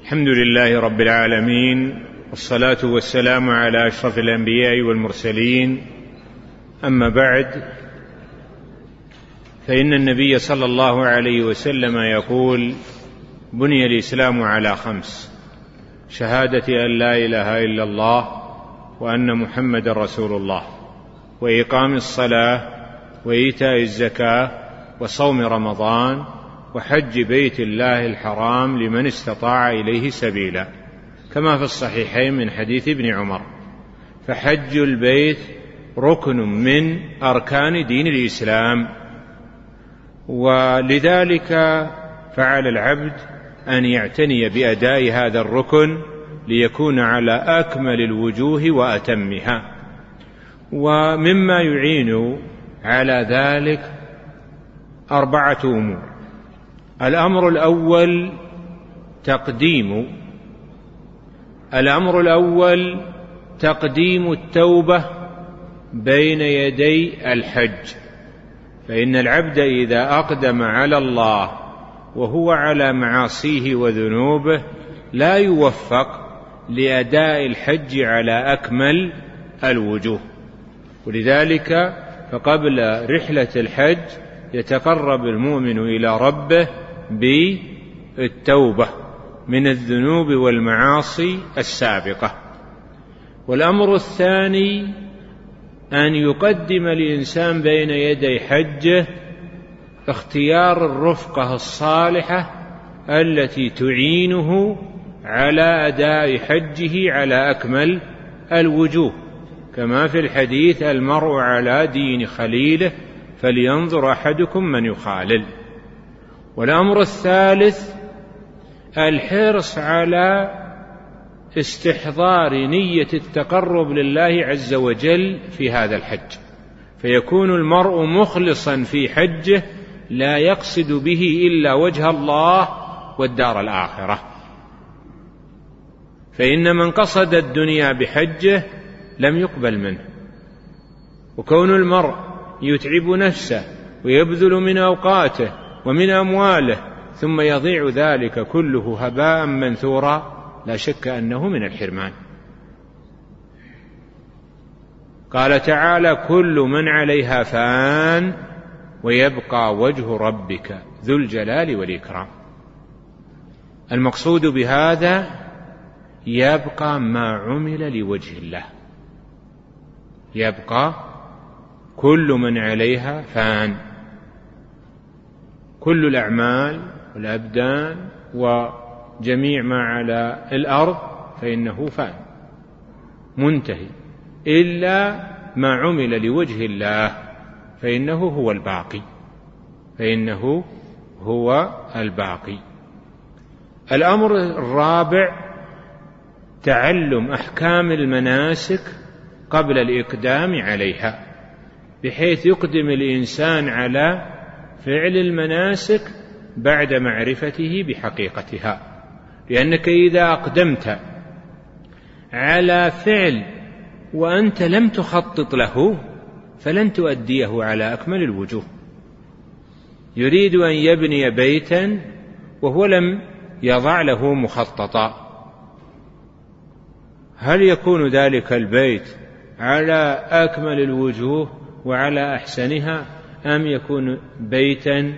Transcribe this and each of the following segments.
الحمد لله رب العالمين، والصلاة والسلام على أشرف الأنبياء والمرسلين. أما بعد، فإن النبي صلى الله عليه وسلم يقول: بني الإسلام على 5: شهادة أن لا إله إلا الله وأن محمد رسول الله، وإقام الصلاة، وإيتاء الزكاة، وصوم رمضان، وحج بيت الله الحرام لمن استطاع إليه سبيلا، كما في الصحيحين من حديث ابن عمر. فحج البيت ركن من أركان دين الإسلام، ولذلك فعلى العبد أن يعتني بأداء هذا الركن ليكون على أكمل الوجوه وأتمها. ومما يعين على ذلك 4 أمور. الأمر الأول تقديم التوبة بين يدي الحج، فإن العبد إذا أقدم على الله وهو على معاصيه وذنوبه لا يوفق لأداء الحج على أكمل الوجوه. ولذلك فقبل رحلة الحج يتقرب المؤمن إلى ربه بالتوبة من الذنوب والمعاصي السابقة. والأمر الثاني أن يقدم الإنسان بين يدي حجه اختيار الرفقة الصالحة التي تعينه على أداء حجه على أكمل الوجوه، كما في الحديث: المرء على دين خليله فلينظر أحدكم من يخالل. والأمر الثالث الحرص على استحضار نية التقرب لله عز وجل في هذا الحج، فيكون المرء مخلصا في حجه لا يقصد به إلا وجه الله والدار الآخرة. فإن من قصد الدنيا بحجه لم يقبل منه. وكون المرء يتعب نفسه ويبذل من أوقاته ومن أمواله ثم يضيع ذلك كله هباء منثورا لا شك أنه من الحرمان. قال تعالى: كل من عليها فان ويبقى وجه ربك ذو الجلال والإكرام. المقصود بهذا يبقى ما عمل لوجه الله، يبقى كل من عليها فان، كل الأعمال والأبدان وجميع ما على الأرض فإنه فان منتهي، إلا ما عمل لوجه الله فإنه هو الباقي. الأمر الرابع تعلم أحكام المناسك قبل الإقدام عليها، بحيث يقدم الإنسان على فعل المناسك بعد معرفته بحقيقتها. لأنك إذا أقدمت على فعل وأنت لم تخطط له فلن تؤديه على أكمل الوجوه. يريد أن يبني بيتا وهو لم يضع له مخططا، هل يكون ذلك البيت على أكمل الوجوه وعلى أحسنها، أم يكون بيتا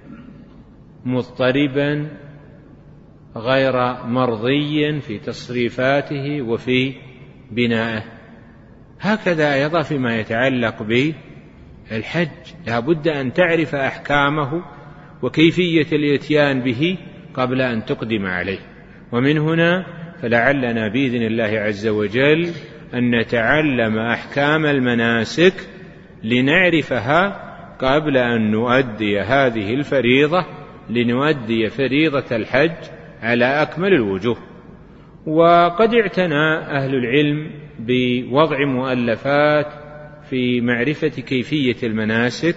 مضطربا غير مرضي في تصريفاته وفي بنائه؟ هكذا أيضا فيما يتعلق بالحج، لا بد أن تعرف أحكامه وكيفية الإتيان به قبل أن تقدم عليه. ومن هنا فلعلنا بإذن الله عز وجل أن نتعلم أحكام المناسك لنعرفها قبل أن نؤدي هذه الفريضة، لنؤدي فريضة الحج على أكمل الوجوه. وقد اعتنى أهل العلم بوضع مؤلفات في معرفة كيفية المناسك،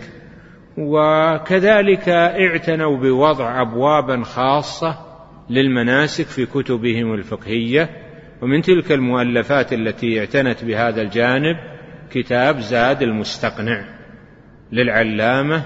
وكذلك اعتنوا بوضع أبوابا خاصة للمناسك في كتبهم الفقهية. ومن تلك المؤلفات التي اعتنت بهذا الجانب كتاب زاد المستقنع للعلامة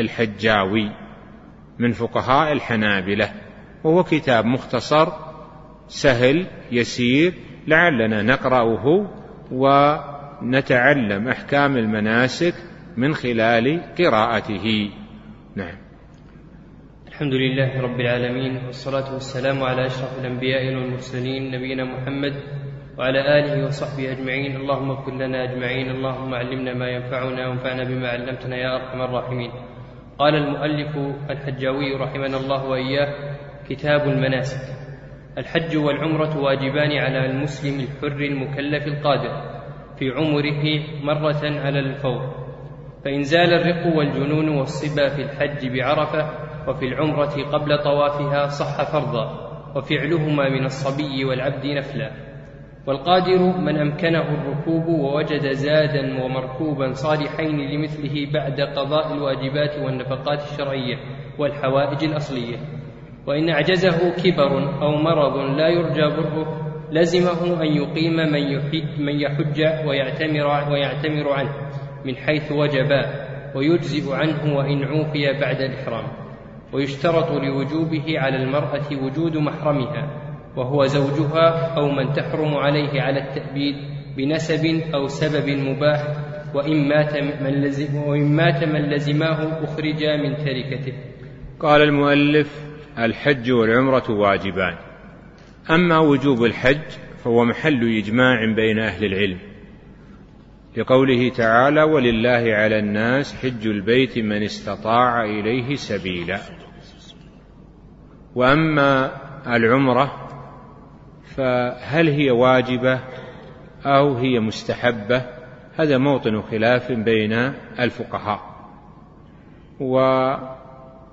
الحجاوي من فقهاء الحنابلة، وهو كتاب مختصر سهل يسير لعلنا نقرأه ونتعلم أحكام المناسك من خلال قراءته. نعم. الحمد لله رب العالمين، والصلاة والسلام على أشرف الأنبياء والمرسلين نبينا محمد وعلى آله وصحبه أجمعين. اللهم اغفر لنا أجمعين، اللهم علمنا ما ينفعنا وانفعنا بما علمتنا يا أرحم الراحمين. قال المؤلف الحجاوي رحمنا الله وإياه: كتاب المناسك. الحج والعمرة واجبان على المسلم الحر المكلف القادر في عمره مرة على الفور، فإن زال الرق والجنون والصبا في الحج بعرفة وفي العمرة قبل طوافها صح فرضا، وفعلهما من الصبي والعبد نفلا. والقادر من أمكنه الركوب ووجد زادا ومركوبا صالحين لمثله بعد قضاء الواجبات والنفقات الشرعية والحوائج الأصلية. وإن أعجزه كبر أو مرض لا يرجى بره لزمه أن يقيم من يحج ويعتمر عنه من حيث وجبا، ويجزئ عنه وإن عوفي بعد الإحرام. ويشترط لوجوبه على المرأة وجود محرمها وهو زوجها أو من تحرم عليه على التأبيد بنسب أو سبب مباح، وإن مات من لزماه أخرج من تركته. قال المؤلف: الحج والعمرة واجبان. أما وجوب الحج فهو محل إجماع بين أهل العلم، لقوله تعالى: ولله على الناس حج البيت من استطاع إليه سبيلا. وأما العمرة فهل هي واجبة أو هي مستحبة؟ هذا موطن خلاف بين الفقهاء. وقد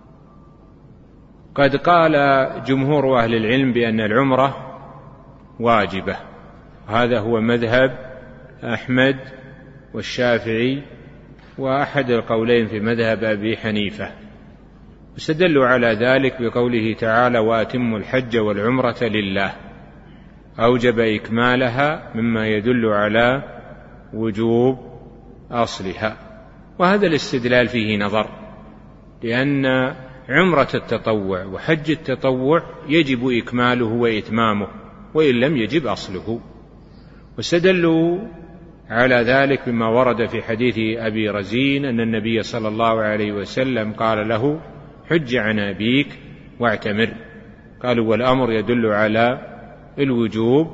قال جمهور أهل العلم بأن العمرة واجبة، هذا هو مذهب أحمد والشافعي وأحد القولين في مذهب أبي حنيفة. واستدلوا على ذلك بقوله تعالى: وأتموا الحج والعمرة لله، أوجب إكمالها مما يدل على وجوب أصلها. وهذا الاستدلال فيه نظر، لأن عمرة التطوع وحج التطوع يجب إكماله وإتمامه وإن لم يجب أصله. واستدلوا على ذلك بما ورد في حديث أبي رزين أن النبي صلى الله عليه وسلم قال له: حج عن أبيك واعتمر. قالوا: والأمر يدل على الوجوب.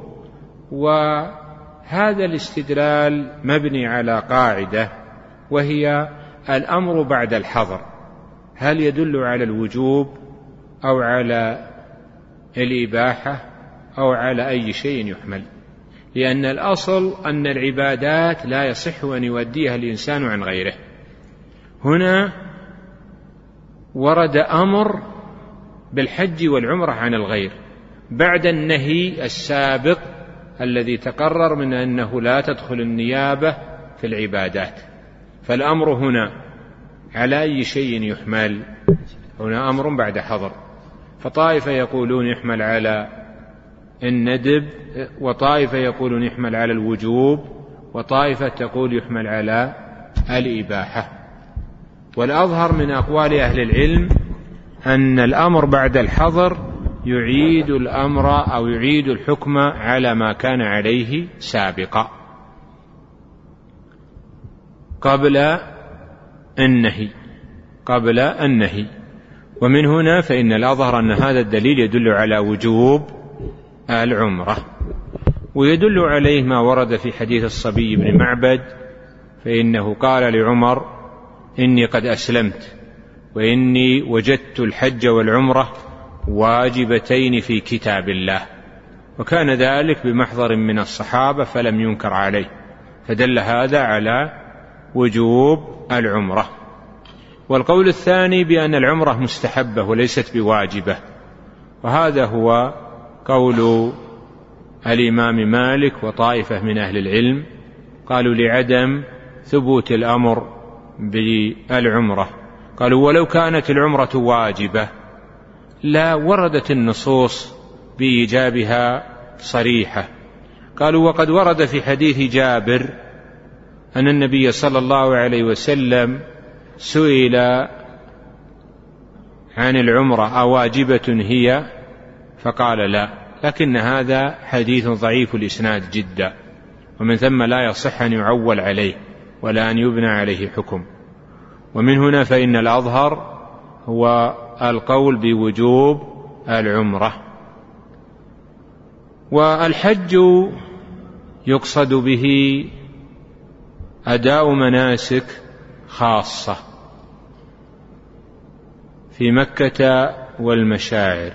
وهذا الاستدلال مبني على قاعدة، وهي الأمر بعد الحظر، هل يدل على الوجوب أو على الإباحة أو على أي شيء يحمل؟ لأن الأصل أن العبادات لا يصح أن يؤديها الإنسان عن غيره. هنا ورد أمر بالحج والعمرة عن الغير بعد النهي السابق الذي تقرر من أنه لا تدخل النيابة في العبادات. فالأمر هنا على أي شيء يحمل؟ هنا أمر بعد حظر، فطائفة يقولون يحمل على الندب، وطائفة يقولون يحمل على الوجوب، وطائفة تقول يحمل على الإباحة. والأظهر من أقوال أهل العلم أن الأمر بعد الحظر يعيد الأمر أو يعيد الحكم على ما كان عليه سابقا قبل النهي. ومن هنا فإن الأظهر أن هذا الدليل يدل على وجوب العمرة. ويدل عليه ما ورد في حديث الصبي بن معبد، فإنه قال لعمر: إني قد أسلمت وإني وجدت الحج والعمرة واجبتين في كتاب الله. وكان ذلك بمحضر من الصحابة فلم ينكر عليه، فدل هذا على وجوب العمرة. والقول الثاني بأن العمرة مستحبة وليست بواجبة، وهذا هو قول الإمام مالك وطائفة من أهل العلم، قالوا لعدم ثبوت الأمر بالعمرة. قالوا: ولو كانت العمرة واجبة لا وردت النصوص بإيجابها صريحة. قالوا: وقد ورد في حديث جابر أن النبي صلى الله عليه وسلم سئل عن العمرة: أواجبة هي؟ فقال: لا، لكن هذا حديث ضعيف الإسناد جدا، ومن ثم لا يصح أن يعول عليه ولا أن يبنى عليه حكم. ومن هنا فإن الأظهر هو القول بوجوب العمرة. والحج يقصد به أداء مناسك خاصة في مكة والمشاعر.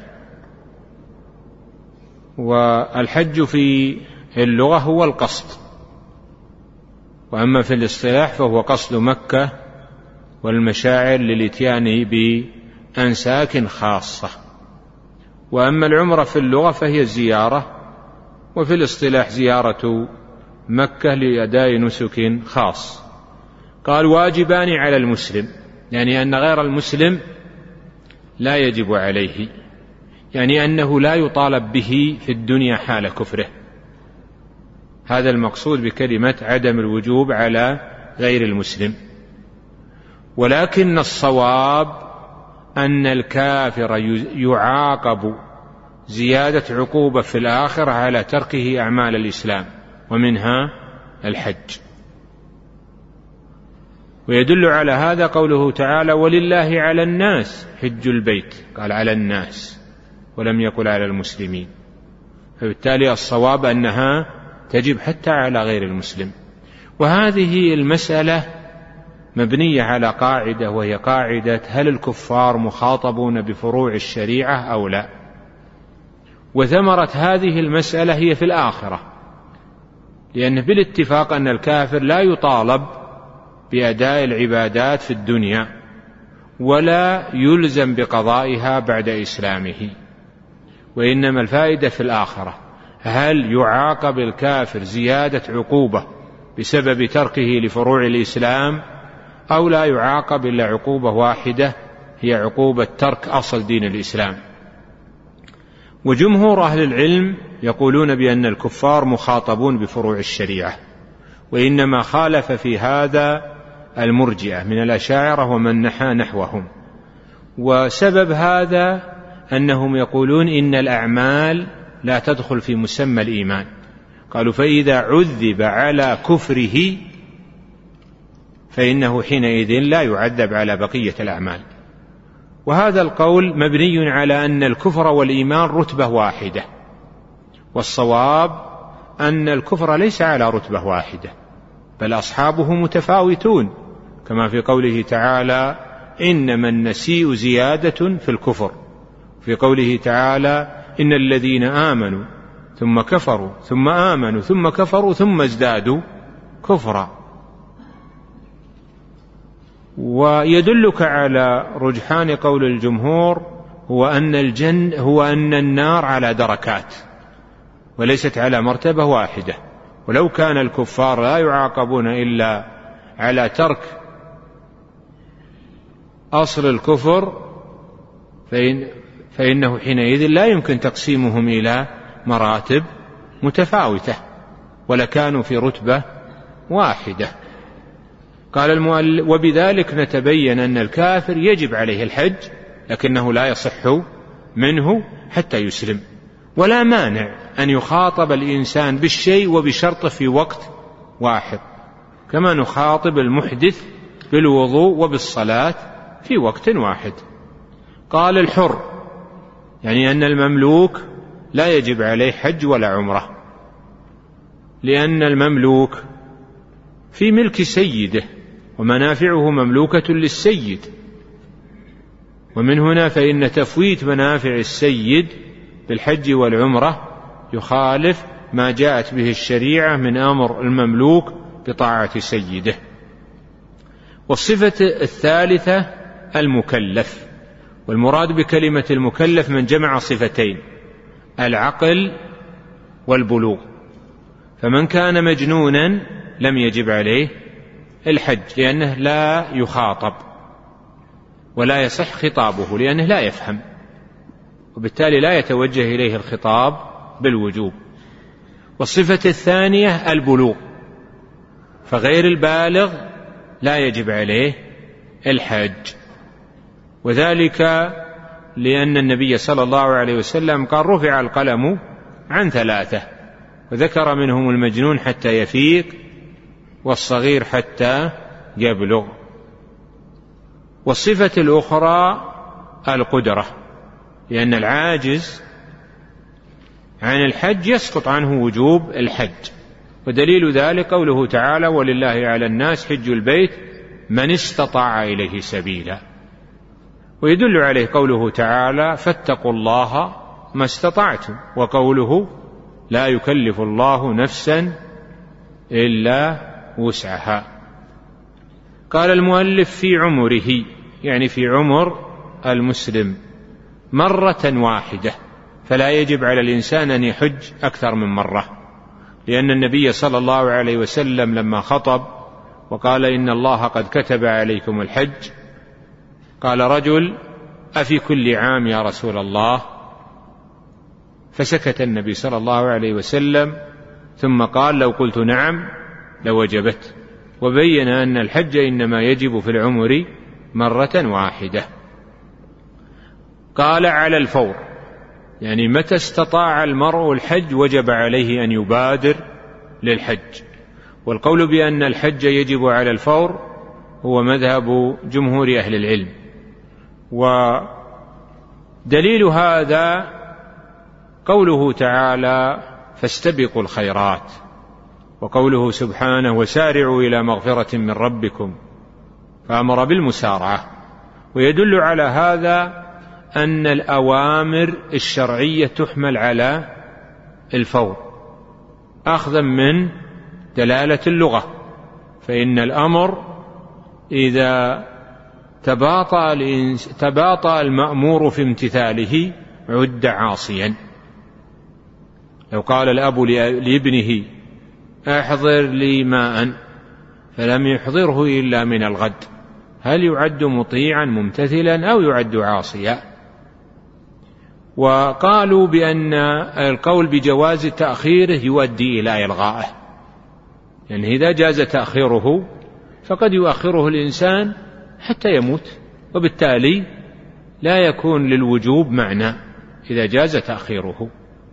والحج في اللغة هو القصد، وأما في الاصطلاح فهو قصد مكة والمشاعر للإتيان بأنساك خاصة. وأما العمرة في اللغة فهي الزيارة، وفي الاصطلاح زيارة مكة لأداء نسك خاص. قال واجبان على المسلم، يعني أن غير المسلم لا يجب عليه، يعني أنه لا يطالب به في الدنيا حال كفره. هذا المقصود بكلمة عدم الوجوب على غير المسلم. ولكن الصواب أن الكافر يعاقب زيادة عقوبة في الآخرة على تركه أعمال الإسلام، ومنها الحج. ويدل على هذا قوله تعالى ولله على الناس حج البيت، قال على الناس ولم يقل على المسلمين، فبالتالي الصواب أنها تجب حتى على غير المسلم. وهذه المسألة مبنية على قاعدة، وهي قاعدة هل الكفار مخاطبون بفروع الشريعة أو لا. وثمرة هذه المسألة هي في الآخرة، لأن بالاتفاق أن الكافر لا يطالب بأداء العبادات في الدنيا ولا يلزم بقضائها بعد إسلامه، وإنما الفائدة في الآخرة. هل يعاقب الكافر زيادة عقوبة بسبب تركه لفروع الإسلام، أو لا يعاقب إلا عقوبة واحدة هي عقوبة ترك أصل دين الإسلام. وجمهور أهل العلم يقولون بأن الكفار مخاطبون بفروع الشريعة، وإنما خالف في هذا المرجئة من الأشاعرة ومن نحى نحوهم. وسبب هذا أنهم يقولون إن الأعمال لا تدخل في مسمى الإيمان. قالوا فإذا عذب على كفره فإنه حينئذ لا يعذب على بقية الأعمال. وهذا القول مبني على أن الكفر والإيمان رتبة واحدة، والصواب أن الكفر ليس على رتبة واحدة، بل أصحابه متفاوتون، كما في قوله تعالى إنما النسيء زيادة في الكفر، في قوله تعالى إن الذين آمنوا ثم كفروا ثم آمنوا ثم كفروا ثم ازدادوا كفرا. ويدلك على رجحان قول الجمهور هو أن النار على دركات وليست على مرتبة واحدة. ولو كان الكفار لا يعاقبون إلا على ترك أصل الكفر فإنه حينئذ لا يمكن تقسيمهم إلى مراتب متفاوتة، ولكانوا في رتبة واحدة. قال المؤلف وبذلك نتبين أن الكافر يجب عليه الحج، لكنه لا يصح منه حتى يسلم. ولا مانع أن يخاطب الإنسان بالشيء وبشرط في وقت واحد، كما نخاطب المحدث بالوضوء وبالصلاة في وقت واحد. قال الحر، يعني أن المملوك لا يجب عليه حج ولا عمرة، لأن المملوك في ملك سيده ومنافعه مملوكة للسيد. ومن هنا فإن تفويت منافع السيد بالحج والعمرة يخالف ما جاءت به الشريعة من أمر المملوك بطاعة سيده. والصفة الثالثة المكلف، والمراد بكلمة المكلف من جمع صفتين: العقل والبلوغ. فمن كان مجنونا لم يجب عليه الحج، لأنه لا يخاطب ولا يصح خطابه، لأنه لا يفهم، وبالتالي لا يتوجه إليه الخطاب بالوجوب. والصفة الثانية البلوغ، فغير البالغ لا يجب عليه الحج، وذلك لأن النبي صلى الله عليه وسلم قال رفع القلم عن 3، وذكر منهم المجنون حتى يفيق، والصغير حتى يبلغ. والصفة الأخرى القدرة، لأن العاجز عن الحج يسقط عنه وجوب الحج، ودليل ذلك قوله تعالى: ولله على الناس حج البيت من استطاع إليه سبيلا. ويدل عليه قوله تعالى: فاتقوا الله ما استطعتم، وقوله: لا يكلف الله نفسا إلا وسعها. قال المؤلف: في عمره، يعني في عمر المسلم، مرة واحدة، فلا يجب على الإنسان أن يحج أكثر من مرة، لأن النبي صلى الله عليه وسلم لما خطب وقال: إن الله قد كتب عليكم الحج، قال رجل: أفي كل عام يا رسول الله؟ فسكت النبي صلى الله عليه وسلم، ثم قال: لو قلت نعم لوجبت، وبين أن الحج إنما يجب في العمر مرة واحدة. قال: على الفور، يعني متى استطاع المرء الحج وجب عليه أن يبادر للحج. والقول بأن الحج يجب على الفور هو مذهب جمهور أهل العلم. ودليل هذا قوله تعالى: فاستبقوا الخيرات، وقوله سبحانه: وسارعوا إلى مغفرة من ربكم، فأمر بالمسارعة. ويدل على هذا أن الأوامر الشرعية تحمل على الفور أخذا من دلالة اللغة، فإن الأمر إذا تباطأ المأمور في امتثاله عد عاصيا. لو قال الأب لابنه: احضر لي ماء، فلم يحضره إلا من الغد، هل يعد مطيعا ممتثلا أو يعد عاصيا؟ وقالوا بأن القول بجواز تأخيره يؤدي إلى إلغائه، يعني إذا جاز تأخيره فقد يؤخره الإنسان حتى يموت، وبالتالي لا يكون للوجوب معنى إذا جاز تأخيره.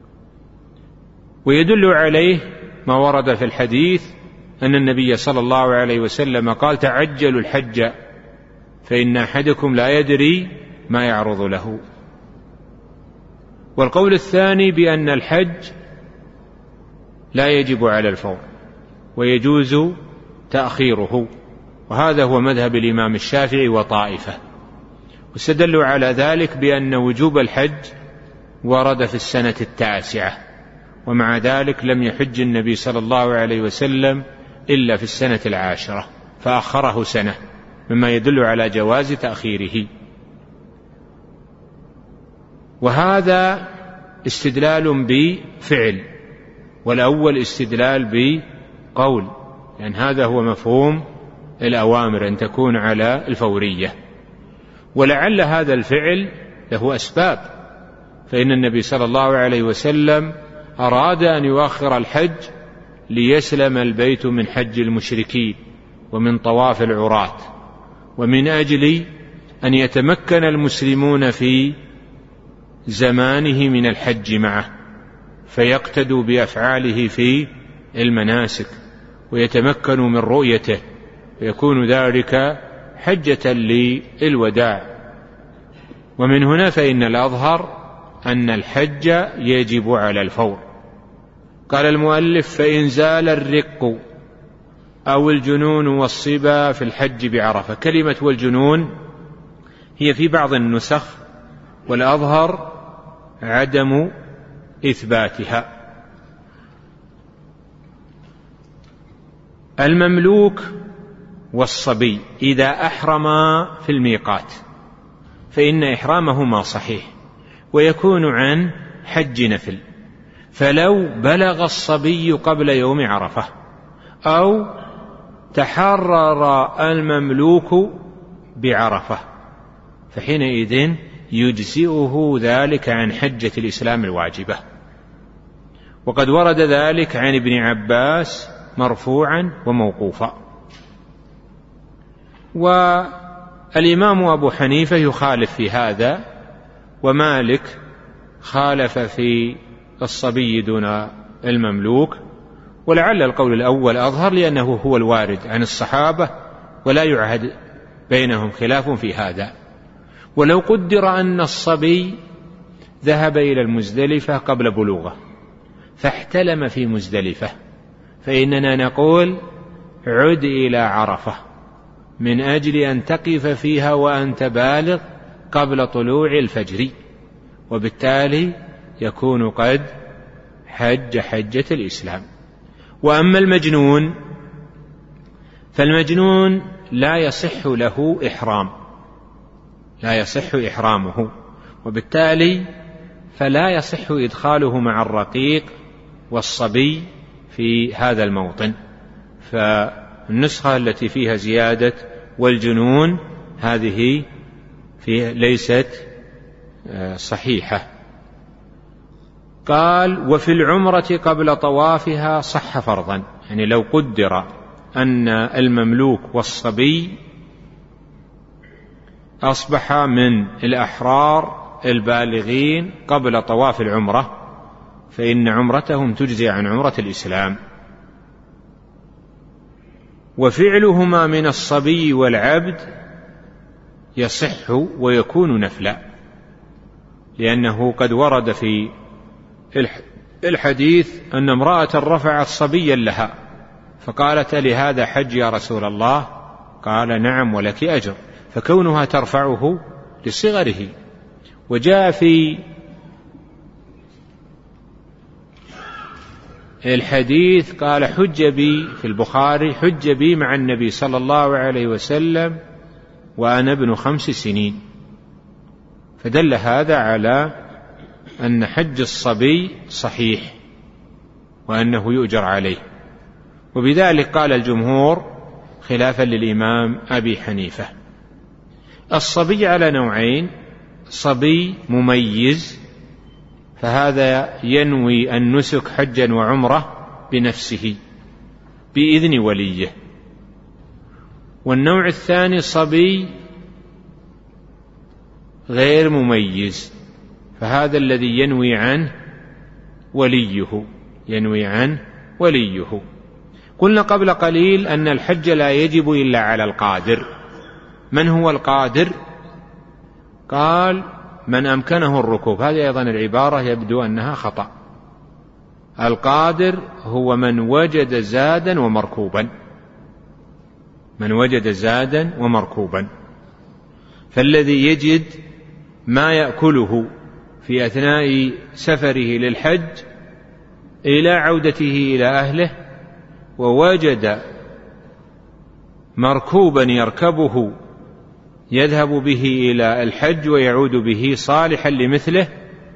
ويدل عليه ما ورد في الحديث أن النبي صلى الله عليه وسلم قال: تعجلوا الحج فإن أحدكم لا يدري ما يعرض له. والقول الثاني بأن الحج لا يجب على الفور ويجوز تأخيره، وهذا هو مذهب الإمام الشافعي وطائفة، واستدلوا على ذلك بأن وجوب الحج ورد في السنة 9، ومع ذلك لم يحج النبي صلى الله عليه وسلم إلا في السنة 10، فأخره سنة، مما يدل على جواز تأخيره. وهذا استدلال بفعل، والأول استدلال بقول، يعني هذا هو مفهوم الأوامر أن تكون على الفورية. ولعل هذا الفعل له أسباب، فإن النبي صلى الله عليه وسلم أراد أن يؤخر الحج ليسلم البيت من حج المشركين ومن طواف العراة، ومن أجل أن يتمكن المسلمون في زمانه من الحج معه، فيقتدوا بأفعاله في المناسك ويتمكنوا من رؤيته، ويكون ذلك حجة للوداع. ومن هنا فإن الأظهر أن الحج يجب على الفور. قال المؤلف: فإن زال الرق أو الجنون والصبا في الحج بعرفة. كلمة والجنون هي في بعض النسخ، والأظهر عدم إثباتها. المملوك والصبي إذا أحرما في الميقات فإن إحرامهما صحيح، ويكون عن حج نفل، فلو بلغ الصبي قبل يوم عرفة أو تحرر المملوك بعرفة فحينئذ يجزئه ذلك عن حجة الإسلام الواجبة. وقد ورد ذلك عن ابن عباس مرفوعا وموقوفا. والإمام أبو حنيفة يخالف في هذا، ومالك خالف في الصبي دون المملوك، ولعل القول الأول أظهر لأنه هو الوارد عن الصحابة ولا يعهد بينهم خلاف في هذا. ولو قدر أن الصبي ذهب إلى المزدلفة قبل بلوغه فاحتلم في مزدلفة، فإننا نقول عد إلى عرفة من أجل أن تقف فيها وأنت بالغ قبل طلوع الفجر، وبالتالي يكون قد حج حجة الإسلام. وأما المجنون فالمجنون لا يصح له إحرام، لا يصح إحرامه، وبالتالي فلا يصح إدخاله مع الرقيق والصبي في هذا الموطن. فالنسخة التي فيها زيادة والجنون هذه ليست صحيحة. قال وفي العمرة قبل طوافها صح فرضا، يعني لو قدر أن المملوك والصبي أصبح من الأحرار البالغين قبل طواف العمرة فإن عمرتهم تجزي عن عمرة الإسلام. وفعلهما من الصبي والعبد يصح ويكون نفلا، لأنه قد ورد في الحديث أن امرأة رفعت صبيا لها فقالت لهذا حج يا رسول الله؟ قال نعم ولك أجر، فكونها ترفعه لصغره. وجاء في الحديث قال حج بي في البخاري حج بي مع النبي صلى الله عليه وسلم وأنا ابن 5 سنين، فدل هذا على أن حج الصبي صحيح وأنه يؤجر عليه، وبذلك قال الجمهور خلافا للإمام أبي حنيفة. الصبي على نوعين: صبي مميز فهذا ينوي النسك حجا وعمرة بنفسه بإذن وليه، والنوع الثاني صبي غير مميز فهذا الذي ينوي عنه وليه. قلنا قبل قليل أن الحج لا يجب إلا على القادر. من هو القادر؟ قال من أمكنه الركوب. هذه أيضا العبارة يبدو أنها خطأ. القادر هو من وجد زادا ومركوبا، فالذي يجد ما يأكله في أثناء سفره للحج إلى عودته إلى أهله، ووجد مركوبا يركبه يذهب به إلى الحج ويعود به صالحا لمثله،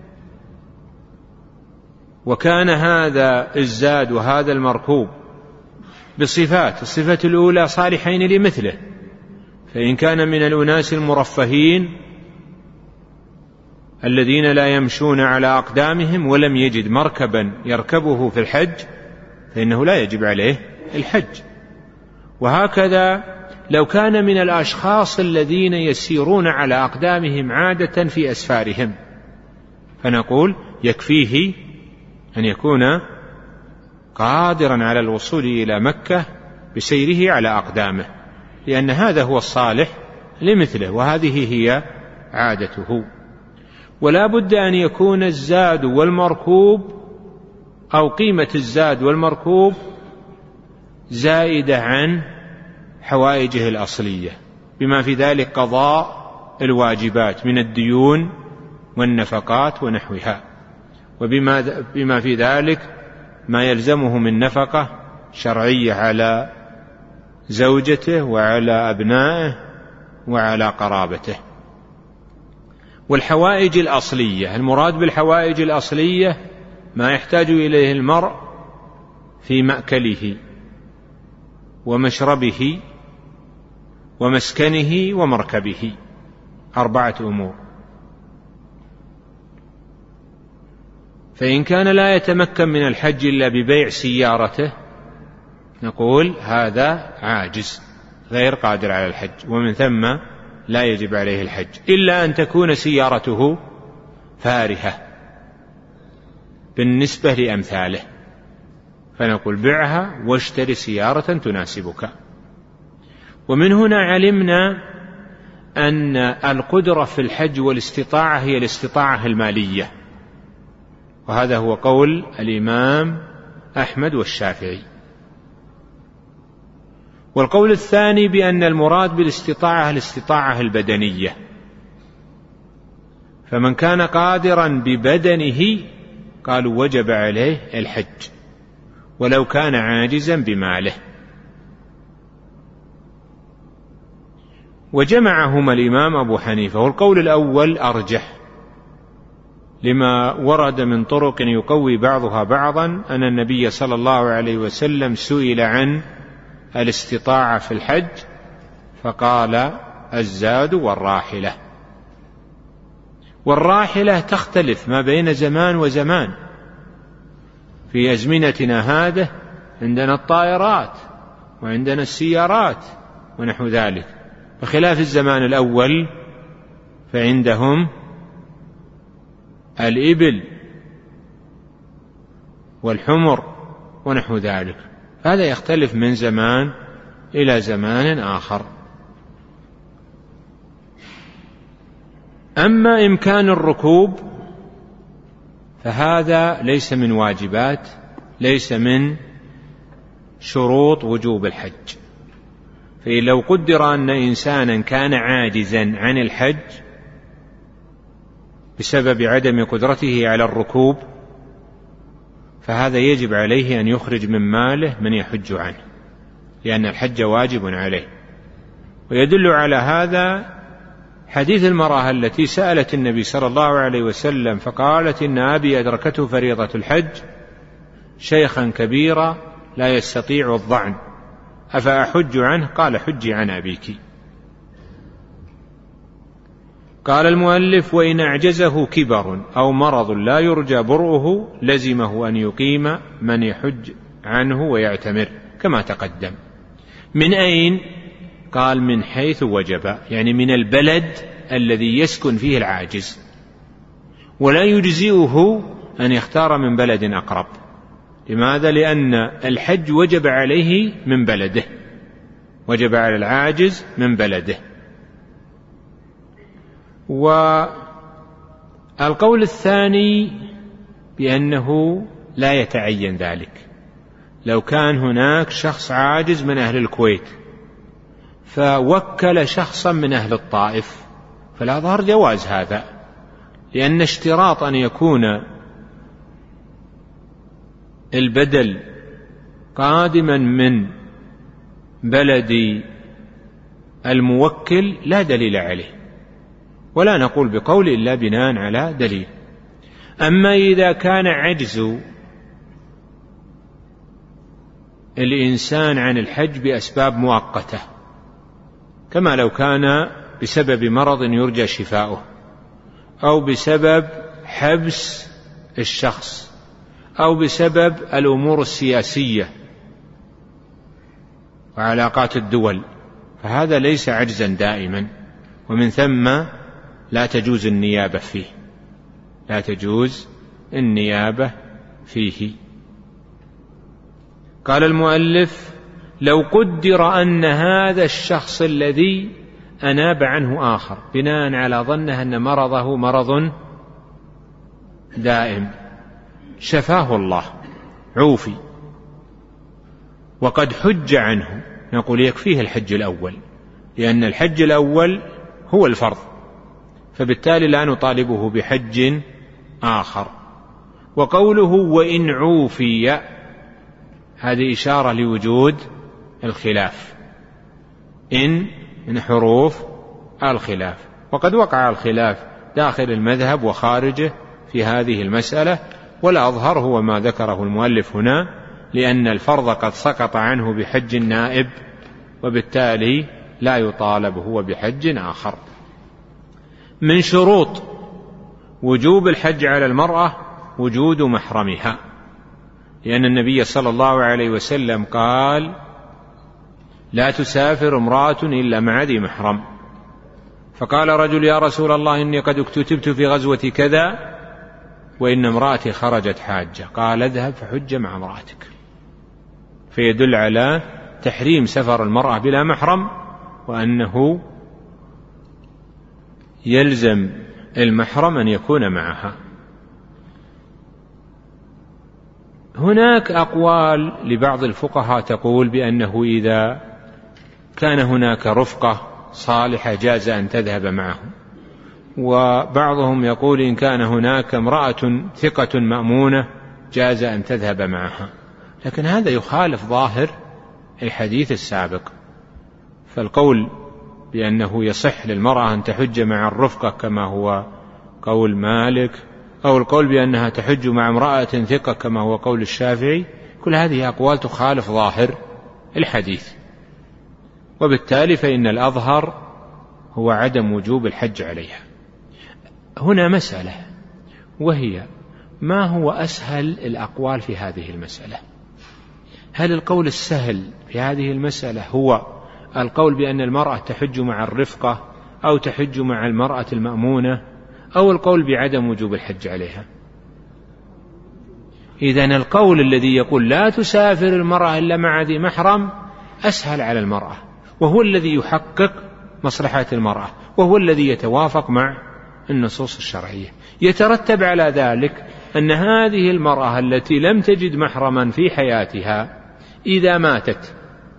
وكان هذا الزاد وهذا المركوب بصفات: الصفة الأولى صالحين لمثله، فإن كان من الأناس المرفهين الذين لا يمشون على أقدامهم ولم يجد مركبا يركبه في الحج فإنه لا يجب عليه الحج. وهكذا لو كان من الأشخاص الذين يسيرون على أقدامهم عادة في أسفارهم فنقول يكفيه أن يكون قادرا على الوصول إلى مكة بسيره على أقدامه، لأن هذا هو الصالح لمثله وهذه هي عادته. ولا بد أن يكون الزاد والمركوب أو قيمة الزاد والمركوب زائدة عن حوائجه الأصلية، بما في ذلك قضاء الواجبات من الديون والنفقات ونحوها، وبما في ذلك ما يلزمه من نفقة شرعية على زوجته وعلى أبنائه وعلى قرابته. والحوائج الأصلية، المراد بالحوائج الأصلية ما يحتاج إليه المرء في مأكله ومشربه ومسكنه ومركبه، 4 أمور. فإن كان لا يتمكن من الحج إلا ببيع سيارته نقول هذا عاجز غير قادر على الحج، ومن ثم لا يجب عليه الحج، إلا أن تكون سيارته فارهة بالنسبة لأمثاله، فنقول بعها واشتري سيارة تناسبك. ومن هنا علمنا أن القدرة في الحج والاستطاعة هي الاستطاعة المالية، وهذا هو قول الإمام أحمد والشافعي. والقول الثاني بأن المراد بالاستطاعة الاستطاعة البدنية، فمن كان قادرا ببدنه قالوا وجب عليه الحج ولو كان عاجزا بماله. وجمعهما الإمام أبو حنيفة، والقول الأول أرجح لما ورد من طرق يقوي بعضها بعضا أن النبي صلى الله عليه وسلم سئل عن الاستطاعة في الحج فقال الزاد والراحلة. والراحلة تختلف ما بين زمان وزمان، في أزمنتنا هذه عندنا الطائرات وعندنا السيارات ونحو ذلك، بخلاف الزمان الأول فعندهم الإبل والحمر ونحو ذلك. هذا يختلف من زمان إلى زمان آخر. أما إمكان الركوب فهذا ليس من واجبات، ليس من شروط وجوب الحج. فلو قدر أن إنسانا كان عاجزا عن الحج بسبب عدم قدرته على الركوب فهذا يجب عليه أن يخرج من ماله من يحج عنه، لأن الحج واجب عليه. ويدل على هذا حديث المرأة التي سألت النبي صلى الله عليه وسلم فقالت إن أبي أدركته فريضة الحج شيخا كبيرا لا يستطيع الظعن أفأحج عنه؟ قال حجي عن أبيك. قال المؤلف وإن أعجزه كبر أو مرض لا يرجى برؤه لزمه أن يقيم من يحج عنه ويعتمر كما تقدم. من أين؟ قال من حيث وجب، يعني من البلد الذي يسكن فيه العاجز، ولا يجزئه أن يختار من بلد أقرب. لماذا؟ لأن الحج وجب عليه من بلده، وجب على العاجز من بلده. والقول الثاني بأنه لا يتعين ذلك. لو كان هناك شخص عاجز من أهل الكويت فوكل شخصا من أهل الطائف فلا ظهر جواز هذا، لأن اشتراط أن يكون البدل قادما من بلد الموكل لا دليل عليه، ولا نقول بقول إلا بناء على دليل. أما إذا كان عجز الإنسان عن الحج بأسباب مؤقتة، كما لو كان بسبب مرض يرجى شفاؤه، أو بسبب حبس الشخص، أو بسبب الأمور السياسية وعلاقات الدول، فهذا ليس عجزا دائما، ومن ثم لا تجوز النيابة فيه، لا تجوز النيابة فيه. قال المؤلف لو قدر أن هذا الشخص الذي أناب عنه آخر بناء على ظنه أن مرضه مرض دائم شفاه الله عوفي وقد حج عنه، نقول يكفيه الحج الأول، لأن الحج الأول هو الفرض، فبالتالي لا نطالبه بحج آخر. وقوله وإن عوفي هذه إشارة لوجود الخلاف، إن من حروف الخلاف، وقد وقع الخلاف داخل المذهب وخارجه في هذه المسألة، والأظهر هو ما ذكره المؤلف هنا، لأن الفرض قد سقط عنه بحج النائب، وبالتالي لا يطالب هو بحج آخر. من شروط وجوب الحج على المرأة وجود محرمها، لأن النبي صلى الله عليه وسلم قال لا تسافر امرأة إلا مع ذي محرم. فقال رجل يا رسول الله إني قد اكتتبت في غزوة كذا وإن امرأتي خرجت حاجة، قال اذهب فحج مع امرأتك، فيدل على تحريم سفر المرأة بلا محرم، وأنه يلزم المحرم أن يكون معها. هناك أقوال لبعض الفقهاء تقول بأنه إذا كان هناك رفقة صالحة جاز أن تذهب معهم، وبعضهم يقول إن كان هناك امرأة ثقة مأمونة جاز أن تذهب معها، لكن هذا يخالف ظاهر الحديث السابق. فالقول بأنه يصح للمرأة أن تحج مع الرفقة كما هو قول مالك، أو القول بأنها تحج مع امرأة ثقة كما هو قول الشافعي، كل هذه أقوال تخالف ظاهر الحديث، وبالتالي فإن الأظهر هو عدم وجوب الحج عليها. هنا مسألة، وهي ما هو أسهل الأقوال في هذه المسألة؟ هل القول السهل في هذه المسألة هو القول بأن المرأة تحج مع الرفقة أو تحج مع المرأة المأمونة، أو القول بعدم وجوب الحج عليها؟ إذن القول الذي يقول لا تسافر المرأة إلا مع ذي محرم أسهل على المرأة، وهو الذي يحقق مصلحة المرأة، وهو الذي يتوافق مع النصوص الشرعية. يترتب على ذلك أن هذه المرأة التي لم تجد محرما في حياتها إذا ماتت،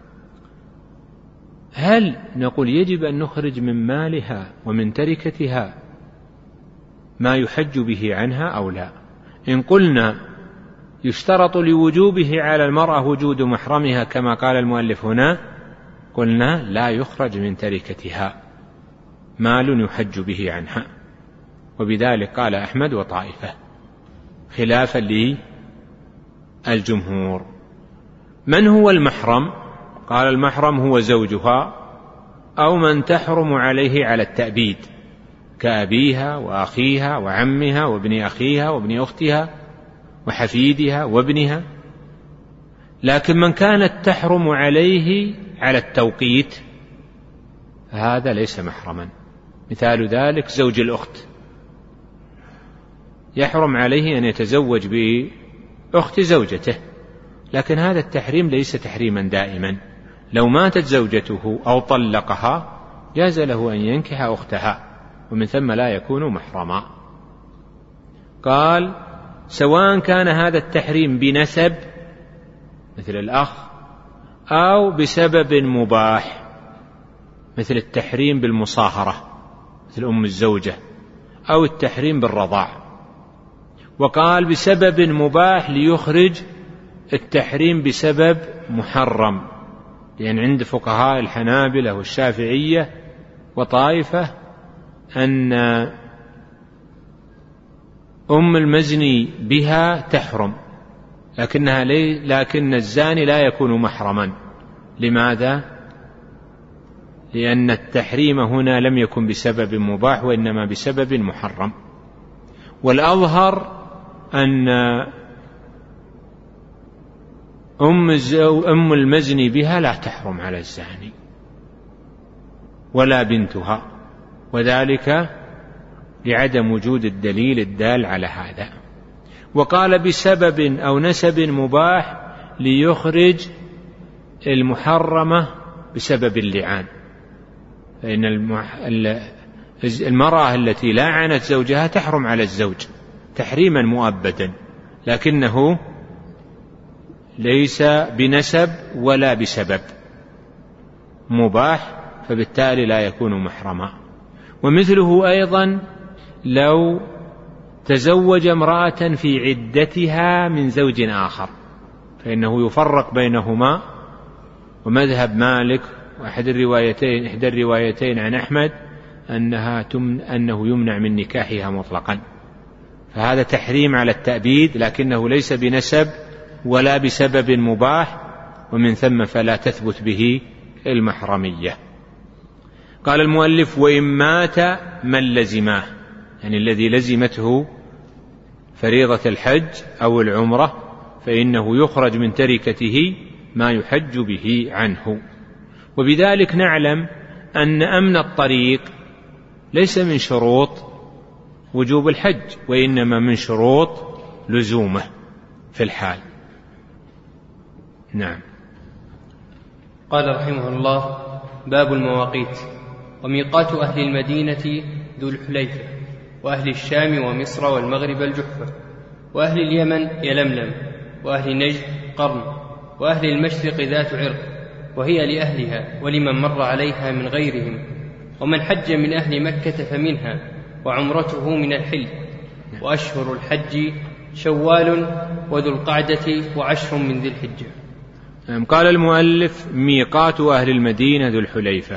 هل نقول يجب أن نخرج من مالها ومن تركتها ما يحج به عنها أو لا؟ إن قلنا يشترط لوجوبه على المرأة وجود محرمها كما قال المؤلف هنا، قلنا لا يخرج من تركتها مال يحج به عنها، وبذلك قال أحمد وطائفة خلافا للجمهور. من هو المحرم؟ قال المحرم هو زوجها أو من تحرم عليه على التأبيد كأبيها وأخيها وعمها وابن أخيها وابن أختها وحفيدها وابنها. لكن من كانت تحرم عليه على التوقيت هذا ليس محرما. مثال ذلك زوج الأخت، يحرم عليه أن يتزوج بأخت زوجته، لكن هذا التحريم ليس تحريما دائما. لو ماتت زوجته أو طلقها جاز له أن ينكح أختها، ومن ثم لا يكون محرما. قال سواء كان هذا التحريم بنسب مثل الأخ أو بسبب مباح مثل التحريم بالمصاهرة مثل أم الزوجة، أو التحريم بالرضاع. وقال بسبب مباح ليخرج التحريم بسبب محرم، لأن عند فقهاء الحنابلة والشافعية وطائفة أن أم المزني بها تحرم، لكن الزاني لا يكون محرما. لماذا؟ لأن التحريم هنا لم يكن بسبب مباح وإنما بسبب محرم. والأظهر أن أم المزني بها لا تحرم على الزاني ولا بنتها، وذلك لعدم وجود الدليل الدال على هذا. وقال بسبب أو نسب مباح ليخرج المحرمة بسبب اللعان، فإن المرأة التي لاعنت زوجها تحرم على الزوج تحريما مؤبدا، لكنه ليس بنسب ولا بسبب، مباح، فبالتالي لا يكون محرما. ومثله أيضا لو تزوج امرأة في عدتها من زوج آخر، فإنه يفرق بينهما. ومذهب مالك وإحدى الروايتين عن أحمد أنه يمنع من نكاحها مطلقا، فهذا تحريم على التأبيد لكنه ليس بنسب ولا بسبب مباح، ومن ثم فلا تثبت به المحرمية. قال المؤلف وإن مات من لزماه، يعني الذي لزمته فريضة الحج أو العمرة، فإنه يخرج من تركته ما يحج به عنه. وبذلك نعلم أن أمن الطريق ليس من شروط وجوب الحج، وإنما من شروط لزومه في الحال. نعم. قال رحمه الله: باب المواقيت. وميقات أهل المدينة ذو الحليفة، وأهل الشام ومصر والمغرب الجحفة، وأهل اليمن يلملم، وأهل نجد قرن، وأهل المشرق ذات عرق، وهي لأهلها ولمن مر عليها من غيرهم، ومن حج من أهل مكة فمنها، وعمرته من الحل. وأشهر الحج شوال وذو القعدة وعشر من ذي الحجة. قال المؤلف: ميقات أهل المدينة ذو الحليفة.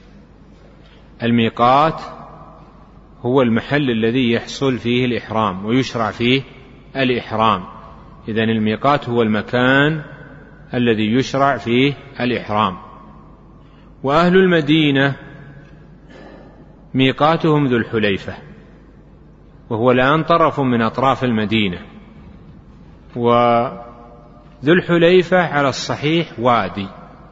الميقات هو المحل الذي يحصل فيه الإحرام ويشرع فيه الإحرام. إذن الميقات هو المكان الذي يشرع فيه الإحرام. وأهل المدينة ميقاتهم ذو الحليفة، وهو الآن طرف من أطراف المدينة. وذو الحليفة على الصحيح وادي،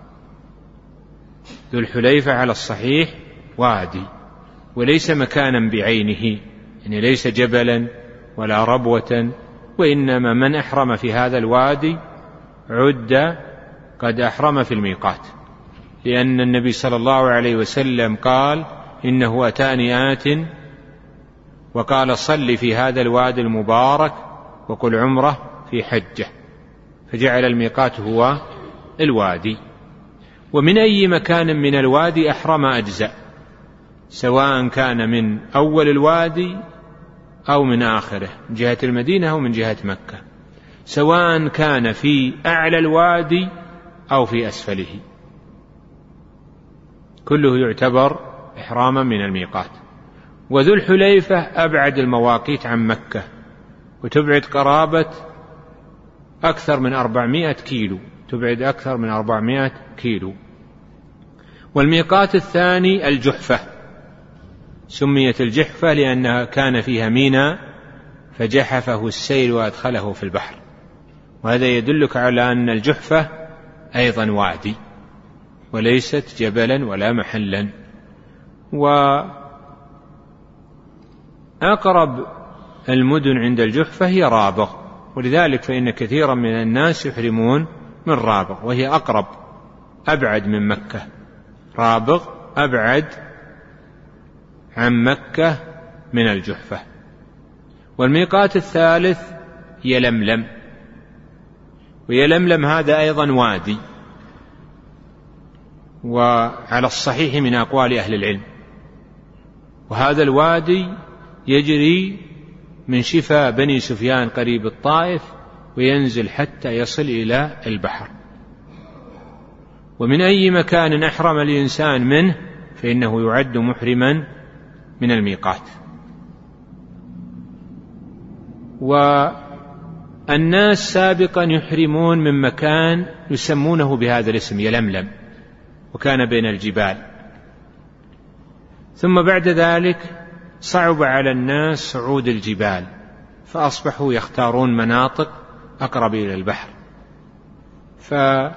ذو الحليفة على الصحيح وادي، وليس مكانا بعينه، يعني ليس جبلا ولا ربوة، وإنما من أحرم في هذا الوادي عد قد أحرم في الميقات، لأن النبي صلى الله عليه وسلم قال: إنه أتاني آت وقال: صل في هذا الوادي المبارك وقل عمره في حجة، فجعل الميقات هو الوادي. ومن أي مكان من الوادي أحرم أجزاء، سواء كان من أول الوادي أو من آخره، من جهة المدينة أو من جهة مكة، سواء كان في أعلى الوادي أو في أسفله، كله يعتبر إحراما من الميقات. وذو الحليفة أبعد المواقيت عن مكة، وتبعد قرابة أكثر من 400 كيلو، تبعد أكثر من 400 كيلو. والميقات الثاني الجحفة، سميت الجحفة لأنها كان فيها ميناء فجحفه السيل وأدخله في البحر، وهذا يدلك على أن الجحفة أيضا وادي وليست جبلا ولا محلا. وأقرب المدن عند الجحفة هي رابغ، ولذلك فإن كثيرا من الناس يحرمون من رابغ، وهي أقرب أبعد من مكة. رابغ أبعد عن مكة من الجحفة. والميقات الثالث يلملم، ويلملم هذا أيضا وادي، وعلى الصحيح من أقوال أهل العلم. وهذا الوادي يجري من شفا بني سفيان قريب الطائف وينزل حتى يصل إلى البحر. ومن أي مكان أحرم الإنسان منه فإنه يعد محرما من الميقات. والناس سابقا يحرمون من مكان يسمونه بهذا الاسم يلملم، وكان بين الجبال، ثم بعد ذلك صعب على الناس صعود الجبال، فأصبحوا يختارون مناطق أقرب إلى البحر، فكانوا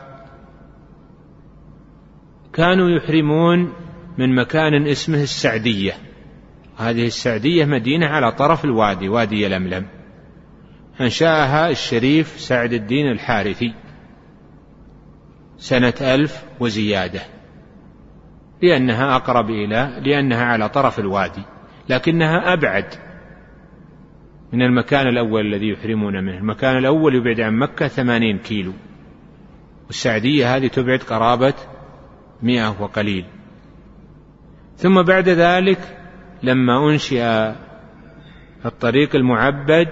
يحرمون من مكان اسمه السعدية. هذه السعدية مدينة على طرف الوادي، وادي يلملم، أنشأها الشريف سعد الدين الحارثي سنة 1000 وزيادة، لأنها على طرف الوادي، لكنها أبعد من المكان الأول الذي يحرمون منه. المكان الأول يبعد عن مكة 80 كيلو، والسعدية هذه تبعد قرابة 100 وقليل. ثم بعد ذلك لما أنشئ الطريق المعبد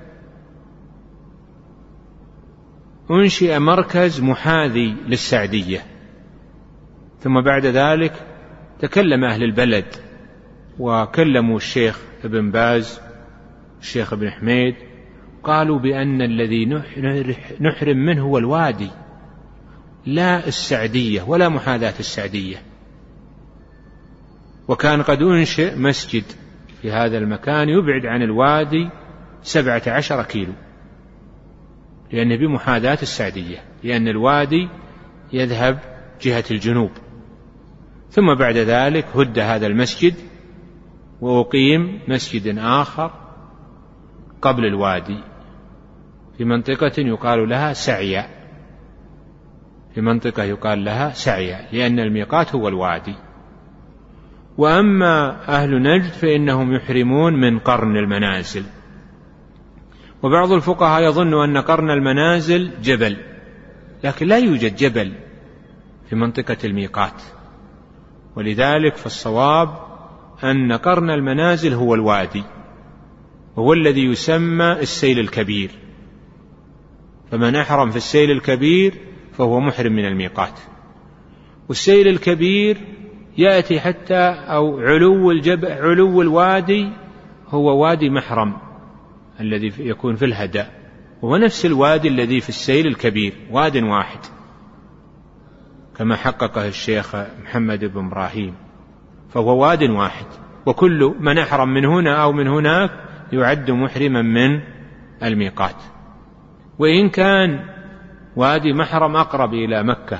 أنشئ مركز محاذي للسعدية. ثم بعد ذلك تكلم أهل البلد وكلموا الشيخ ابن باز الشيخ ابن حميد، قالوا بأن الذي نحرم منه هو الوادي، لا السعدية ولا محاذاة السعدية. وكان قد أنشئ مسجد في هذا المكان يبعد عن الوادي 17 كيلو، لأنه بمحاذاة السعدية، لأن الوادي يذهب جهة الجنوب. ثم بعد ذلك هد هذا المسجد وأقيم مسجد آخر قبل الوادي في منطقة يقال لها سعيا، في منطقة يقال لها سعيا، لأن الميقات هو الوادي. وأما أهل نجد فإنهم يحرمون من قرن المنازل. وبعض الفقهاء يظن أن قرن المنازل جبل، لكن لا يوجد جبل في منطقة الميقات، ولذلك فالصواب أن قرن المنازل هو الوادي، وهو الذي يسمى السيل الكبير، فمن أحرم في السيل الكبير فهو محرم من الميقات. والسيل الكبير يأتي حتى أو علو الوادي هو وادي محرم الذي يكون في الهدى، وهو نفس الوادي الذي في السيل الكبير، واد واحد كما حققه الشيخ محمد بن إبراهيم، فهو واد واحد، وكل من أحرم من هنا أو من هناك يعد محرما من الميقات. وإن كان وادي محرم أقرب إلى مكة،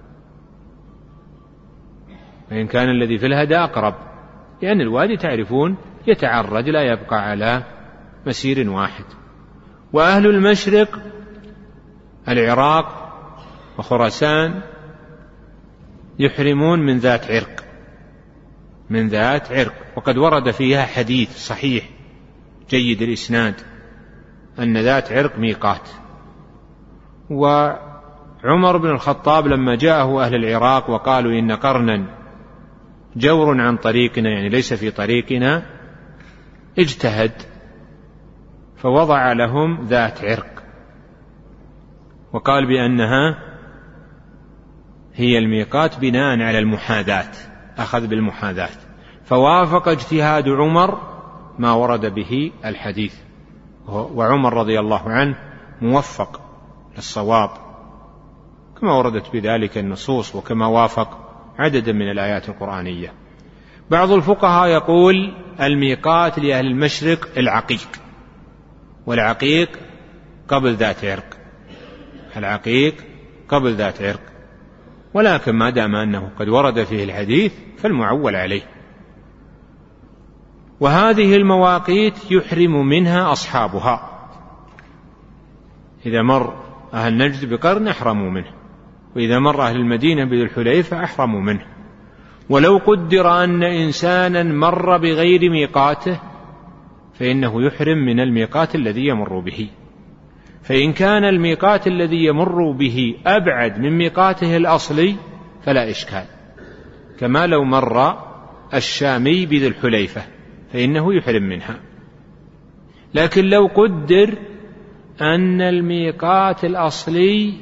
وإن كان الذي في الهدى أقرب، لأن الوادي تعرفون يتعرج لا يبقى على مسير واحد. وأهل المشرق العراق وخراسان يحرمون من ذات عرق، من ذات عرق، وقد ورد فيها حديث صحيح جيد الإسناد أن ذات عرق ميقات. وعمر بن الخطاب لما جاءه أهل العراق وقالوا إن قرنا جور عن طريقنا، يعني ليس في طريقنا، اجتهد فوضع لهم ذات عرق، وقال بأنها هي الميقات بناء على المحاذاة، أخذ بالمحاذاة، فوافق اجتهاد عمر ما ورد به الحديث، وعمر رضي الله عنه موفق للصواب كما وردت بذلك النصوص، وكما وافق عددا من الآيات القرآنية. بعض الفقهاء يقول الميقات لأهل المشرق العقيق، والعقيق قبل ذات عرق، العقيق قبل ذات عرق، ولكن ما دام أنه قد ورد فيه الحديث فالمعول عليه. وهذه المواقيت يحرم منها أصحابها، إذا مر أهل نجد بقرن أحرموا منه، وإذا مر أهل المدينة بذي الحليفة أحرموا منه. ولو قدر أن إنسانا مر بغير ميقاته فإنه يحرم من الميقات الذي يمر به، فإن كان الميقات الذي يمر به أبعد من ميقاته الأصلي فلا إشكال، كما لو مر الشامي بذي الحليفة فإنه يحرم منها. لكن لو قدر أن الميقات الأصلي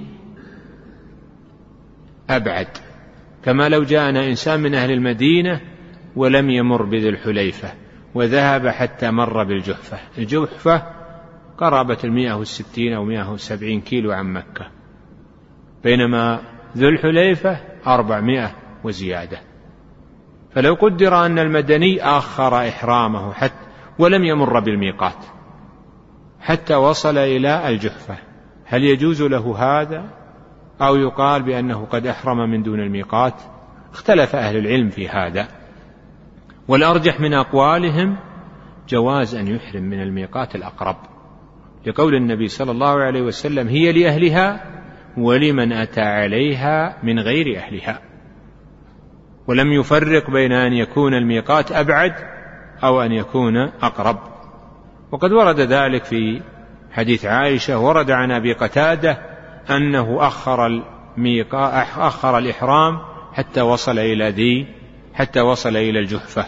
أبعد، كما لو جاءنا إنسان من أهل المدينة ولم يمر بذي الحليفة وذهب حتى مر بالجحفة، الجحفة قرابة 160 أو 170 كيلو عن مكة، بينما ذو الحليفة 400 وزيادة. فلو قدر أن المدني آخر إحرامه حتى ولم يمر بالميقات حتى وصل إلى الجحفة، هل يجوز له هذا أو يقال بأنه قد أحرم من دون الميقات؟ اختلف أهل العلم في هذا، والأرجح من أقوالهم جواز أن يحرم من الميقات الأقرب، لقول النبي صلى الله عليه وسلم هي لأهلها ولمن أتى عليها من غير أهلها، ولم يفرق بين أن يكون الميقات أبعد أو أن يكون أقرب. وقد ورد ذلك في حديث عائشة، ورد عن أبي قتادة أنه أخر الإحرام حتى وصل إلى الجحفة.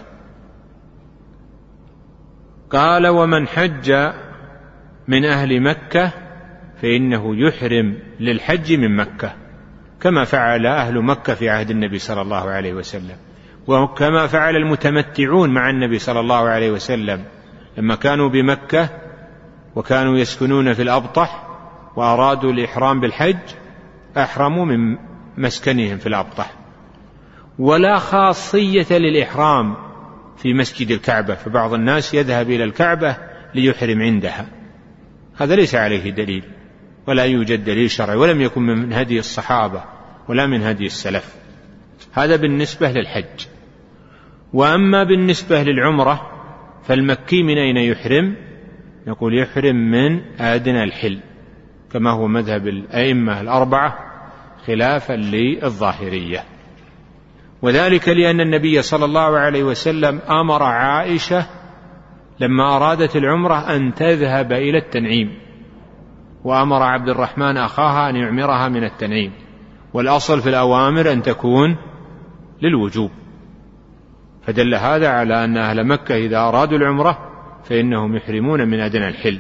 قال ومن حج من أهل مكة فإنه يحرم للحج من مكة، كما فعل أهل مكة في عهد النبي صلى الله عليه وسلم، وكما فعل المتمتعون مع النبي صلى الله عليه وسلم لما كانوا بمكة وكانوا يسكنون في الأبطح وأرادوا الإحرام بالحج أحرموا من مسكنهم في الأبطح. ولا خاصية للإحرام في مسجد الكعبة، فبعض الناس يذهب إلى الكعبة ليحرم عندها، هذا ليس عليه دليل ولا يوجد دليل شرعي، ولم يكن من هدي الصحابة ولا من هدي السلف. هذا بالنسبة للحج. وأما بالنسبة للعمرة فالمكي من أين يحرم؟ نقول يحرم من أدنى الحل، كما هو مذهب الأئمة الأربعة خلافا للظاهرية. وذلك لأن النبي صلى الله عليه وسلم أمر عائشة لما أرادت العمرة أن تذهب إلى التنعيم، وأمر عبد الرحمن أخاها أن يعمرها من التنعيم، والأصل في الأوامر أن تكون للوجوب، فدل هذا على أن أهل مكة إذا أرادوا العمرة فإنهم يحرمون من أدنى الحل.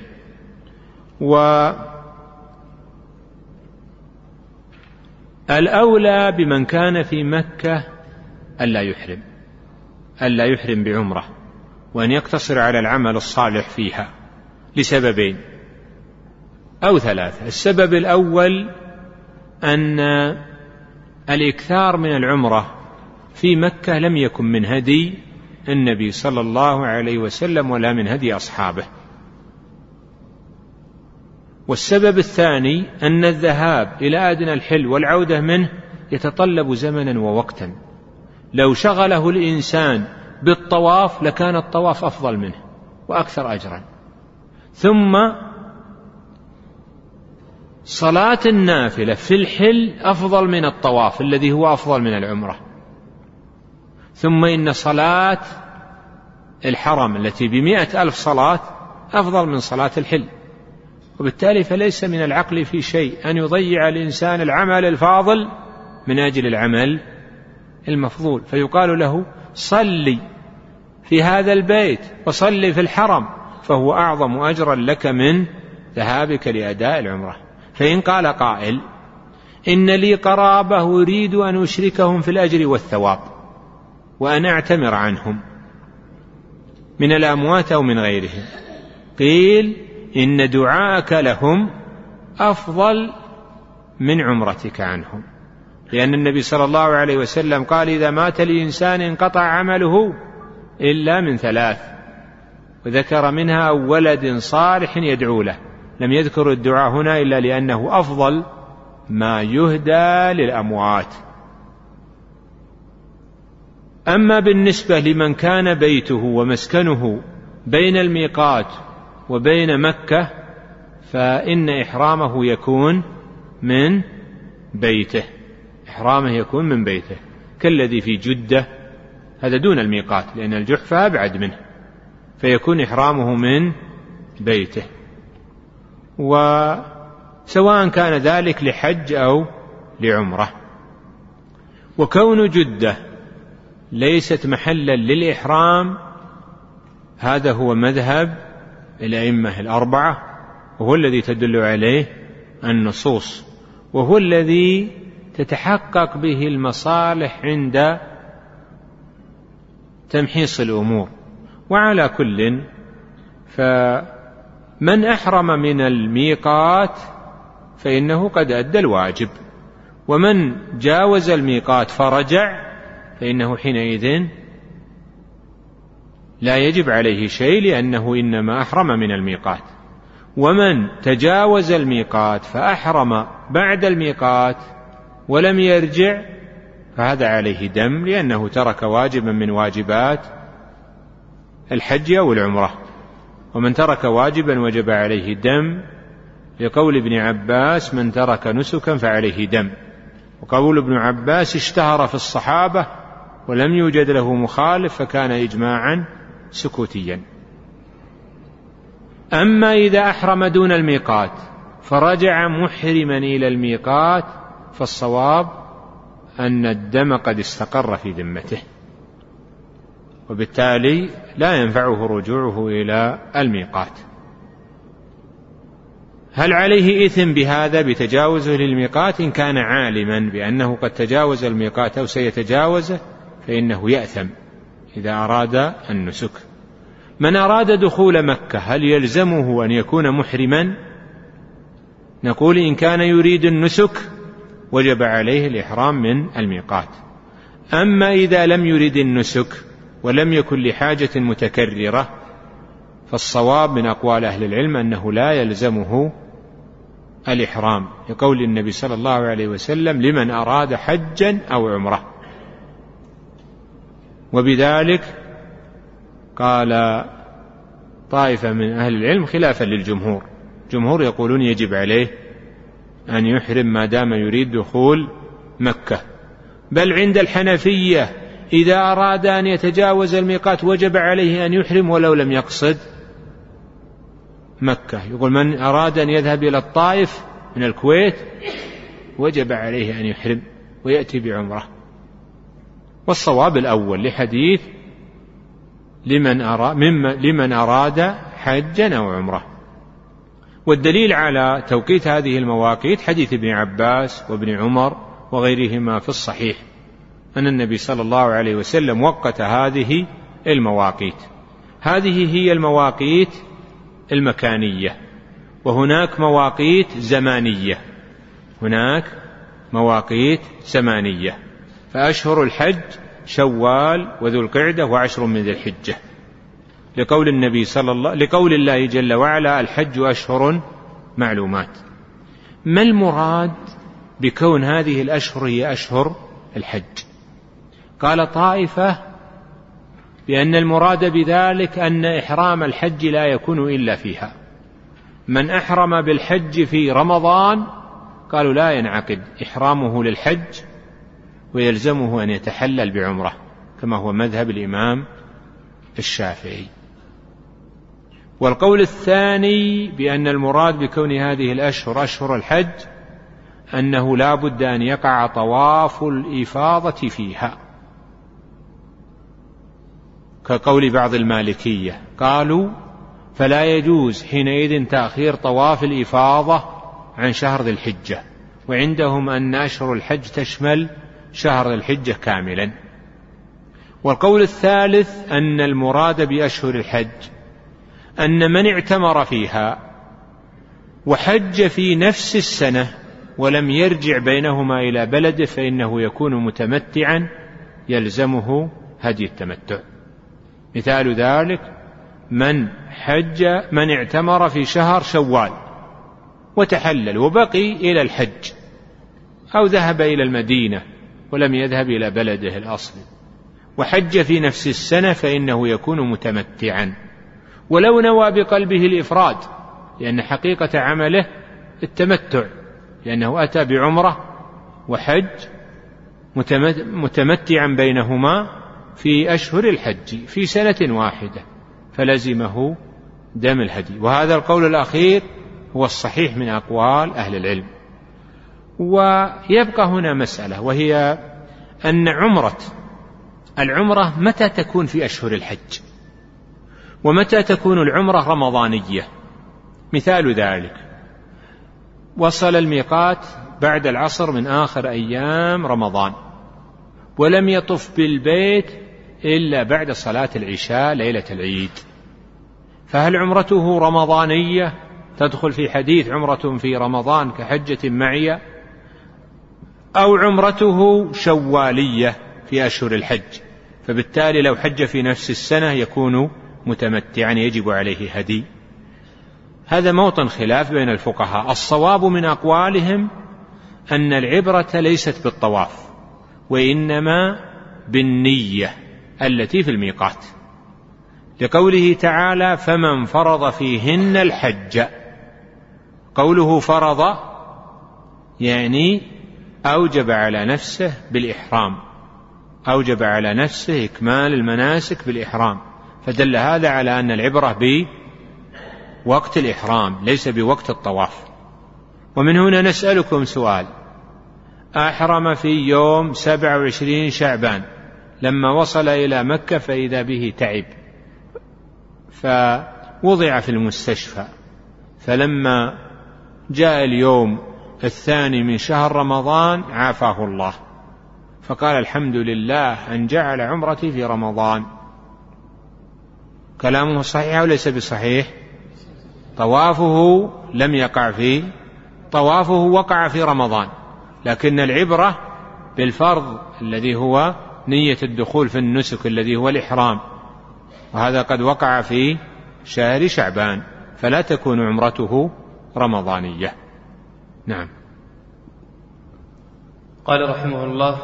والأولى بمن كان في مكة ألا يحرم بعمرة، وأن يقتصر على العمل الصالح فيها لسببين أو ثلاثة. السبب الأول أن الإكثار من العمرة في مكة لم يكن من هدي النبي صلى الله عليه وسلم ولا من هدي أصحابه. والسبب الثاني أن الذهاب إلى أدنى الحل والعودة منه يتطلب زمنا ووقتا، لو شغله الإنسان بالطواف لكان الطواف أفضل منه وأكثر أجرا. ثم صلاة النافلة في الحل أفضل من الطواف الذي هو أفضل من العمرة. ثم إن صلاة الحرم التي ب100,000 صلاة أفضل من صلاة الحل، وبالتالي فليس من العقل في شيء أن يضيع الإنسان العمل الفاضل من أجل العمل المفضول، فيقال له صلي في هذا البيت وصلي في الحرم، فهو أعظم أجرا لك من ذهابك لأداء العمرة. فإن قال قائل إن لي قرابة أريد أن أشركهم في الأجر والثواب وأن أعتمر عنهم من الأموات أو من غيرهم، قيل إن دعاءك لهم أفضل من عمرتك عنهم، لأن النبي صلى الله عليه وسلم قال إذا مات الإنسان انقطع عمله إلا من 3، وذكر منها ولد صالح يدعو له. لم يذكر الدعاء هنا إلا لأنه أفضل ما يهدى للأموات. أما بالنسبة لمن كان بيته ومسكنه بين الميقات وبين مكة فإن إحرامه يكون من بيته، إحرامه يكون من بيته كالذي في جدة، هذا دون الميقات لأن الجحفة أبعد منه، فيكون إحرامه من بيته، وسواء كان ذلك لحج أو لعمرة. وكون جدة ليست محلا للإحرام هذا هو مذهب الأئمة الأربعة، وهو الذي تدل عليه النصوص، وهو الذي تتحقق به المصالح عند تمحيص الأمور. وعلى كل فمن أحرم من الميقات فإنه قد أدى الواجب، ومن جاوز الميقات فرجع فإنه حينئذ لا يجب عليه شيء لأنه إنما أحرم من الميقات. ومن تجاوز الميقات فأحرم بعد الميقات ولم يرجع فهذا عليه دم، لأنه ترك واجبا من واجبات الحج أو العمرة. ومن ترك واجبا وجب عليه دم، لقول ابن عباس من ترك نسكا فعليه دم، وقول ابن عباس اشتهر في الصحابة ولم يوجد له مخالف فكان إجماعا سكوتيا. أما إذا أحرم دون الميقات فرجع محرما إلى الميقات فالصواب أن الدم قد استقر في ذمته، وبالتالي لا ينفعه رجوعه إلى الميقات. هل عليه إثم بهذا بتجاوزه للميقات؟ إن كان عالما بأنه قد تجاوز الميقات أو سيتجاوزه فإنه يأثم إذا أراد النسك. من أراد دخول مكة هل يلزمه أن يكون محرما؟ نقول إن كان يريد النسك وجب عليه الإحرام من الميقات. أما إذا لم يرد النسك ولم يكن لحاجة متكررة فالصواب من أقوال أهل العلم أنه لا يلزمه الإحرام، لقول النبي صلى الله عليه وسلم لمن أراد حجا أو عمرة. وبذلك قال طائفة من أهل العلم خلافا للجمهور. الجمهور يقولون يجب عليه أن يحرم ما دام يريد دخول مكة، بل عند الحنفية إذا أراد أن يتجاوز الميقات وجب عليه أن يحرم ولو لم يقصد مكة. يقول من أراد أن يذهب إلى الطائف من الكويت وجب عليه أن يحرم ويأتي بعمرة. والصواب الأول لحديث لمن أراد حجا أو عمرة. والدليل على توقيت هذه المواقيت حديث ابن عباس وابن عمر وغيرهما في الصحيح أن النبي صلى الله عليه وسلم وقت هذه المواقيت. هذه هي المواقيت المكانية، وهناك مواقيت زمانية. هناك مواقيت زمانية، فأشهر الحج شوال وذو القعدة وعشر من ذي الحجة، لقول الله جل وعلا الحج أشهر معلومات. ما المراد بكون هذه الأشهر هي أشهر الحج؟ قال طائفة بأن المراد بذلك أن إحرام الحج لا يكون إلا فيها. من أحرم بالحج في رمضان قالوا لا ينعقد إحرامه للحج ويلزمه أن يتحلل بعمرة، كما هو مذهب الإمام الشافعي. والقول الثاني بأن المراد بكون هذه الأشهر أشهر الحج أنه لا بد أن يقع طواف الإفاضة فيها، كقول بعض المالكية قالوا فلا يجوز حينئذ تأخير طواف الإفاضة عن شهر ذي الحجة، وعندهم أن أشهر الحج تشمل شهر ذي الحجة كاملا. والقول الثالث أن المراد بأشهر الحج أن من اعتمر فيها وحج في نفس السنة ولم يرجع بينهما إلى بلده فإنه يكون متمتعا يلزمه هدي التمتع. مثال ذلك من اعتمر في شهر شوال وتحلل وبقي إلى الحج، أو ذهب إلى المدينة ولم يذهب إلى بلده الأصلي وحج في نفس السنة فإنه يكون متمتعا، ولو نوى بقلبه الإفراد لأن حقيقة عمله التمتع، لأنه أتى بعمرة وحج متمتعا بينهما في أشهر الحج في سنة واحدة فلزمه دم الهدي. وهذا القول الأخير هو الصحيح من أقوال أهل العلم. ويبقى هنا مسألة، وهي أن العمرة متى تكون في أشهر الحج، ومتى تكون العمرة رمضانية. مثال ذلك وصل الميقات بعد العصر من آخر أيام رمضان ولم يطف بالبيت إلا بعد صلاة العشاء ليلة العيد، فهل عمرته رمضانية تدخل في حديث عمرة في رمضان كحجة معي، أو عمرته شوالية في أشهر الحج؟ فبالتالي لو حج في نفس السنة يكون متمتعا يجب عليه هدي. هذا موطن خلاف بين الفقهاء. الصواب من أقوالهم أن العبرة ليست بالطواف وإنما بالنية التي في الميقات، لقوله تعالى فمن فرض فيهن الحج. قوله فرض يعني أوجب على نفسه بالإحرام، أوجب على نفسه إكمال المناسك بالإحرام، فدل هذا على أن العبرة بوقت الإحرام ليس بوقت الطواف. ومن هنا نسألكم سؤال: أحرم في يوم 27 شعبان، لما وصل إلى مكة فإذا به تعب فوضع في المستشفى، فلما جاء اليوم الثاني من شهر رمضان عافاه الله، فقال الحمد لله أن جعل عمرتي في رمضان. كلامه صحيح أو ليس بصحيح؟ طوافه لم يقع فيه، طوافه وقع في رمضان، لكن العبرة بالفرض الذي هو نية الدخول في النسك الذي هو الإحرام، وهذا قد وقع في شهر شعبان، فلا تكون عمرته رمضانية. نعم. قال رحمه الله: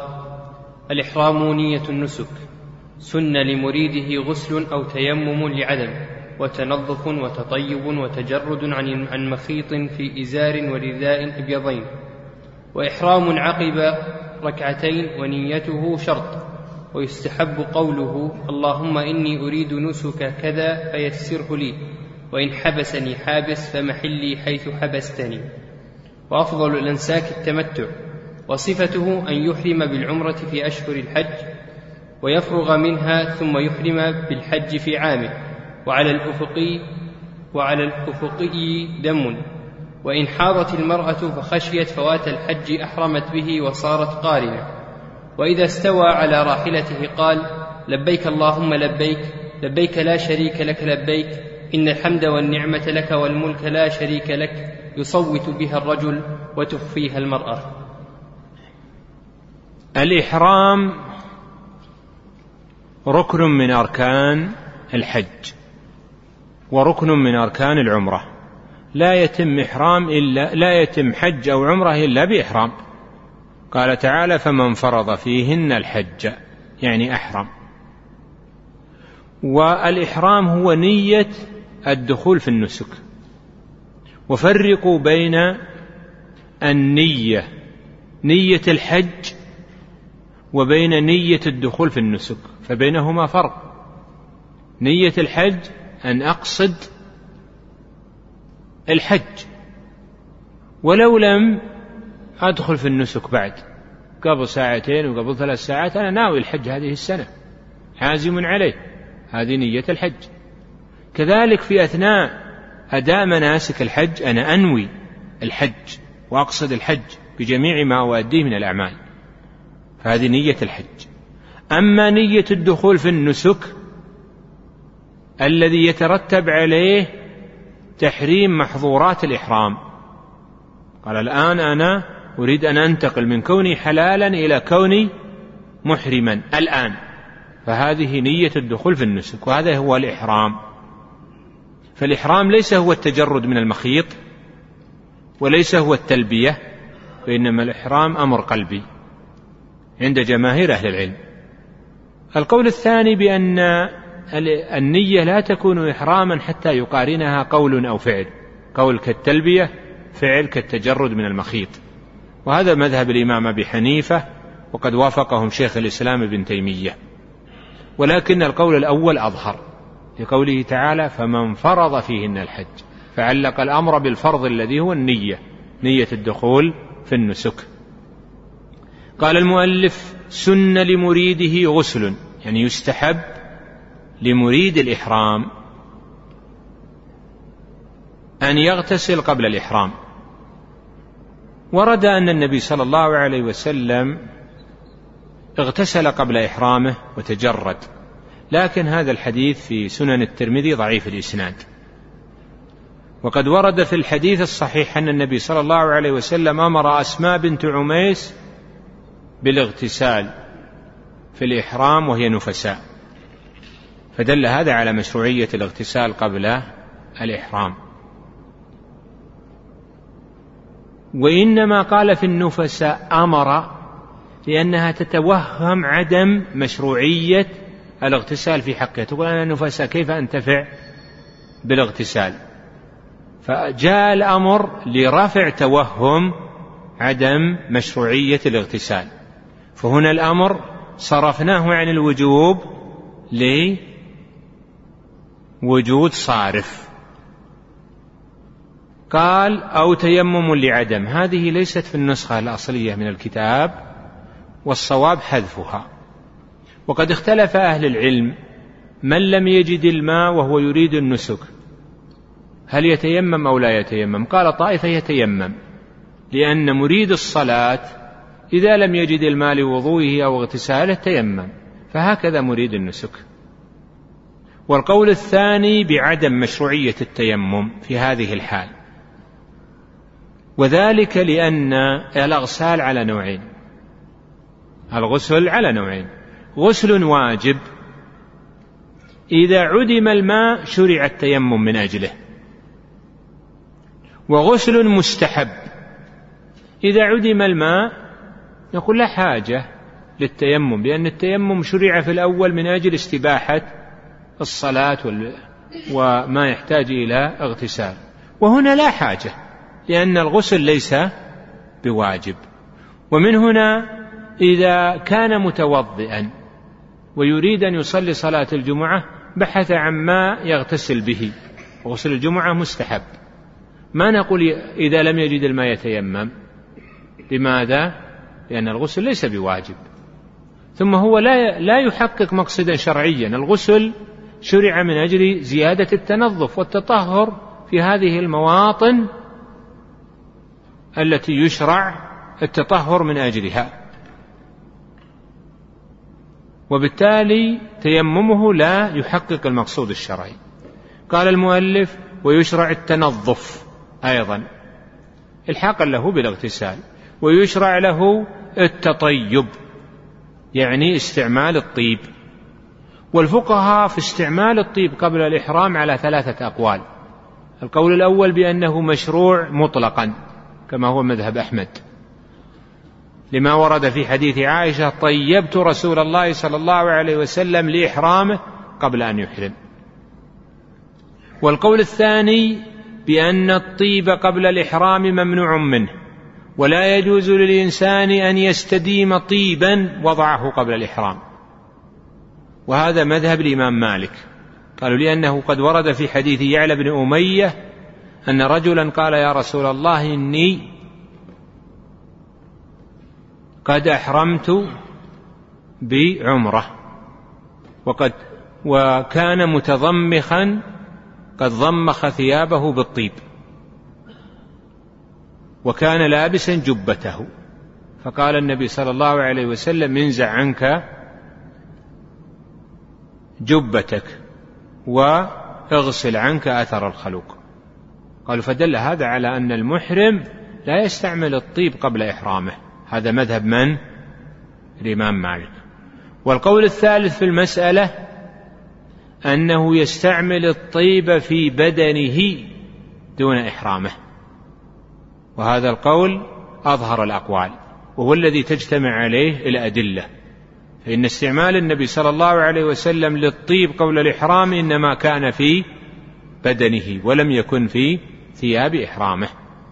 الإحرام نية النسك، سن لمريده غسل أو تيمم لعدم، وتنظف وتطيب وتجرد عن مخيط في إزار ورداء أبيضين، وإحرام عقب ركعتين ونيته شرط. ويستحب قوله اللهم إني أريد نسك كذا فيسره لي، وإن حبسني حابس فمحلي حيث حبستني. وأفضل الأنساك التمتع، وصفته أن يحرم بالعمرة في أشهر الحج ويفرغ منها ثم يحرم بالحج في عامه. وعلى الأفقي دم، وإن حاضت المرأة فخشيت فوات الحج أحرمت به وصارت قارنة. وإذا استوى على راحلته قال لبيك اللهم لبيك، لبيك لا شريك لك لبيك، إن الحمد والنعمة لك والملك لا شريك لك، يصوت بها الرجل وتخفيها المرأة. الإحرام ركن من أركان الحج وركن من أركان العمرة، لا يتم حج أو عمرة إلا بإحرام. قال تعالى فمن فرض فيهن الحج، يعني أحرم. والإحرام هو نية الدخول في النسك. وفرقوا بين النية نية الحج وبين نية الدخول في النسك، فبينهما فرق. نية الحج أن أقصد الحج ولو لم أدخل في النسك بعد، قبل ساعتين وقبل 3 ساعات أنا ناوي الحج هذه السنة، عازم عليه، هذه نية الحج. كذلك في أثناء أداء مناسك الحج أنا أنوي الحج وأقصد الحج بجميع ما أؤديه من الأعمال، فهذه نية الحج. أما نية الدخول في النسك الذي يترتب عليه تحريم محظورات الإحرام، قال الآن أنا أريد أن أنتقل من كوني حلالا إلى كوني محرما الآن، فهذه نية الدخول في النسك، وهذا هو الإحرام. فالإحرام ليس هو التجرد من المخيط وليس هو التلبية، وإنما الإحرام أمر قلبي عند جماهير أهل العلم. القول الثاني بأن النية لا تكون إحراما حتى يقارنها قول أو فعل، قول كالتلبية، فعل كالتجرد من المخيط، وهذا مذهب الإمام أبي حنيفة وقد وافقهم شيخ الإسلام ابن تيمية. ولكن القول الأول أظهر لقوله تعالى فمن فرض فيهن الحج، فعلق الأمر بالفرض الذي هو النية، نية الدخول في النسك. قال المؤلف سن لمريده غسل، يعني يستحب لمريد الإحرام أن يغتسل قبل الإحرام. ورد أن النبي صلى الله عليه وسلم اغتسل قبل إحرامه وتجرد، لكن هذا الحديث في سنن الترمذي ضعيف الإسناد. وقد ورد في الحديث الصحيح أن النبي صلى الله عليه وسلم أمر أسماء بنت عميس بالاغتسال في الإحرام وهي نفساء، فدل هذا على مشروعية الاغتسال قبل الإحرام. وإنما قال في النفساء أمر لأنها تتوهم عدم مشروعية الاغتسال في حقها، تقول أنا نفساء كيف أنتفع بالاغتسال، فجاء الأمر لرفع توهم عدم مشروعية الاغتسال، فهنا الأمر صرفناه عن الوجوب لوجود صارف. قال أو تيمم لعدم، هذه ليست في النسخة الأصلية من الكتاب والصواب حذفها. وقد اختلف أهل العلم من لم يجد الماء وهو يريد النسك هل يتيمم أو لا يتيمم. قال طائفة يتيمم، لأن مريد الصلاة إذا لم يجد الماء لوضوئه أو اغتساله تيمم، فهكذا مريد النسك. والقول الثاني بعدم مشروعية التيمم في هذه الحال، وذلك لأن الأغسال على نوعين، الغسل على نوعين، غسل واجب إذا عدم الماء شرع التيمم من أجله، وغسل مستحب إذا عدم الماء نقول لا حاجة للتيمم، لأن التيمم شرع في الأول من أجل استباحة الصلاة وما يحتاج إلى اغتسال. وهنا لا حاجة، لأن الغسل ليس بواجب. ومن هنا إذا كان متوضئا ويريد أن يصلي صلاة الجمعة بحث عن ماء يغتسل به، وغسل الجمعة مستحب، ما نقول إذا لم يجد الماء يتيمم. لماذا؟ لأن الغسل ليس بواجب، ثم هو لا يحقق مقصدا شرعيا. الغسل شرع من أجل زيادة التنظف والتطهر في هذه المواطن التي يشرع التطهر من أجلها، وبالتالي تيممه لا يحقق المقصود الشرعي. قال المؤلف: ويشرع التنظف أيضا الحاقا له بالاغتسال، ويشرع له التطيب يعني استعمال الطيب. والفقهاء في استعمال الطيب قبل الإحرام على 3 أقوال. القول الأول بأنه مشروع مطلقا كما هو مذهب أحمد، لما ورد في حديث عائشة: طيبت رسول الله صلى الله عليه وسلم لإحرامه قبل أن يحرم. والقول الثاني بأن الطيب قبل الإحرام ممنوع منه، ولا يجوز للإنسان أن يستديم طيبا وضعه قبل الإحرام، وهذا مذهب الإمام مالك. قالوا لأنه قد ورد في حديث يعلى بن أمية أن رجلا قال: يا رسول الله إني قد أحرمت بعمرة وكان متضمخا قد ضمخ ثيابه بالطيب وكان لابسا جبته، فقال النبي صلى الله عليه وسلم: انزع عنك جبتك واغسل عنك أثر الخلوق. قالوا: فدل هذا على أن المحرم لا يستعمل الطيب قبل إحرامه. هذا مذهب من؟ الإمام مالك. والقول الثالث في المسألة أنه يستعمل الطيب في بدنه دون إحرامه، وهذا القول أظهر الأقوال، وهو الذي تجتمع عليه الأدلة. فإن استعمال النبي صلى الله عليه وسلم للطيب قبل الإحرام إنما كان في بدنه ولم يكن في ثياب إحرامه.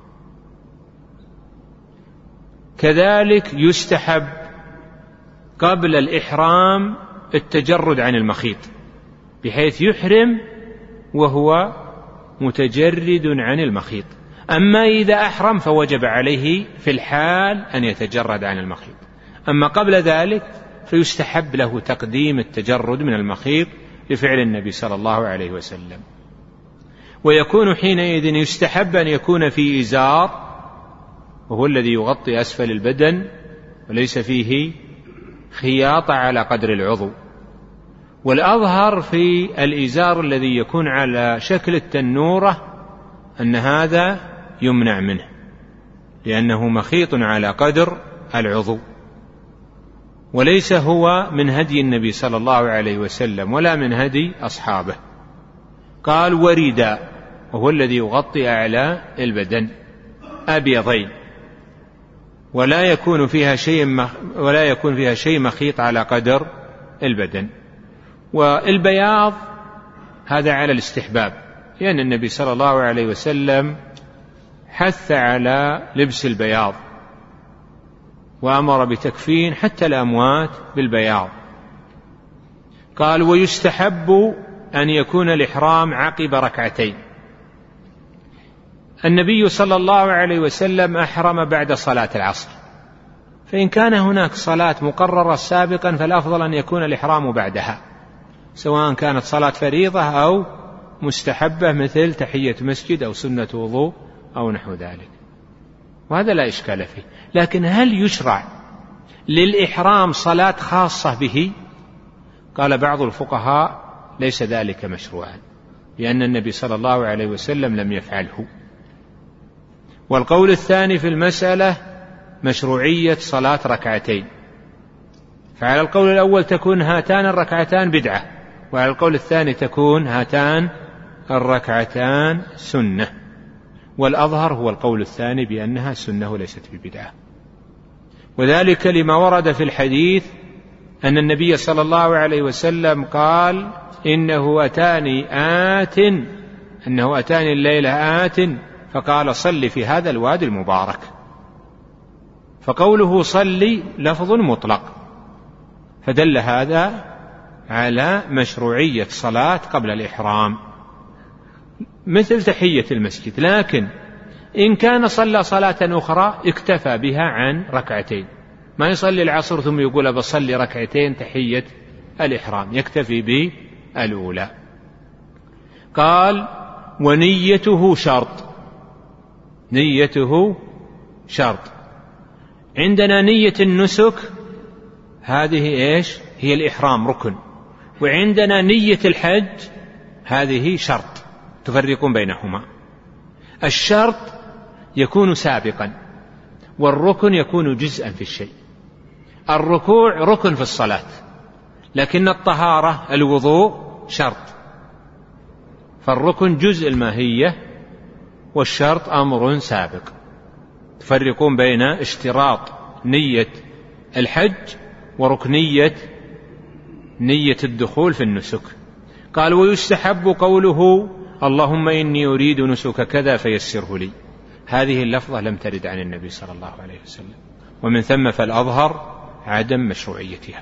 كذلك يستحب قبل الإحرام التجرد عن المخيط، بحيث يحرم وهو متجرد عن المخيط. أما إذا أحرم فوجب عليه في الحال أن يتجرد عن المخيط، أما قبل ذلك فيستحب له تقديم التجرد من المخيط لفعل النبي صلى الله عليه وسلم. ويكون حينئذ يستحب أن يكون في إزار، وهو الذي يغطي أسفل البدن وليس فيه خياطة على قدر العضو. والأظهر في الإزار الذي يكون على شكل التنورة أن هذا يمنع منه، لأنه مخيط على قدر العضو، وليس هو من هدي النبي صلى الله عليه وسلم ولا من هدي أصحابه. قال: ورداء، وهو الذي يغطي أعلى البدن، أبيضين ولا يكون فيها شيء مخيط على قدر البدن. والبياض هذا على الاستحباب، لأن النبي صلى الله عليه وسلم حث على لبس البياض وأمر بتكفين حتى الأموات بالبياض. قال: ويستحب أن يكون الإحرام عقب ركعتين. النبي صلى الله عليه وسلم أحرم بعد صلاة العصر، فإن كان هناك صلاة مقررة سابقا فالأفضل أن يكون الإحرام بعدها، سواء كانت صلاة فريضة أو مستحبة مثل تحية مسجد أو سنة وضوء أو نحو ذلك، وهذا لا إشكال فيه. لكن هل يشرع للإحرام صلاة خاصة به؟ قال بعض الفقهاء: ليس ذلك مشروعا، لأن النبي صلى الله عليه وسلم لم يفعله. والقول الثاني في المسألة مشروعية صلاة ركعتين، فعلى القول الأول تكون هاتان الركعتان بدعة، وعلى القول الثاني تكون هاتان الركعتان سنة، والأظهر هو القول الثاني بأنها سنة وليست ببدعة، وذلك لما ورد في الحديث أن النبي صلى الله عليه وسلم قال: إنه أتاني الليلة آت فقال صل في هذا الوادي المبارك. فقوله صلي لفظ مطلق، فدل هذا على مشروعية صلاة قبل الإحرام مثل تحية المسجد. لكن إن كان صلى صلاة أخرى اكتفى بها عن ركعتين، ما يصلي العصر ثم يقول بصلي ركعتين تحية الإحرام، يكتفي بالأولى. قال ونيته شرط. نيته شرط. عندنا نية النسك هذه إيش؟ هي الإحرام ركن، وعندنا نية الحج هذه شرط، تفرقون بينهما. الشرط يكون سابقا، والركن يكون جزءا في الشيء. الركوع ركن في الصلاة، لكن الطهارة الوضوء شرط، فالركن جزء الماهية والشرط أمر سابق. تفرقون بين اشتراط نية الحج وركنية نية الدخول في النسك. قال ويستحب قوله اللهم إني أريد نسك كذا فيسره لي. هذه اللفظة لم ترد عن النبي صلى الله عليه وسلم، ومن ثم فالأظهر عدم مشروعيتها،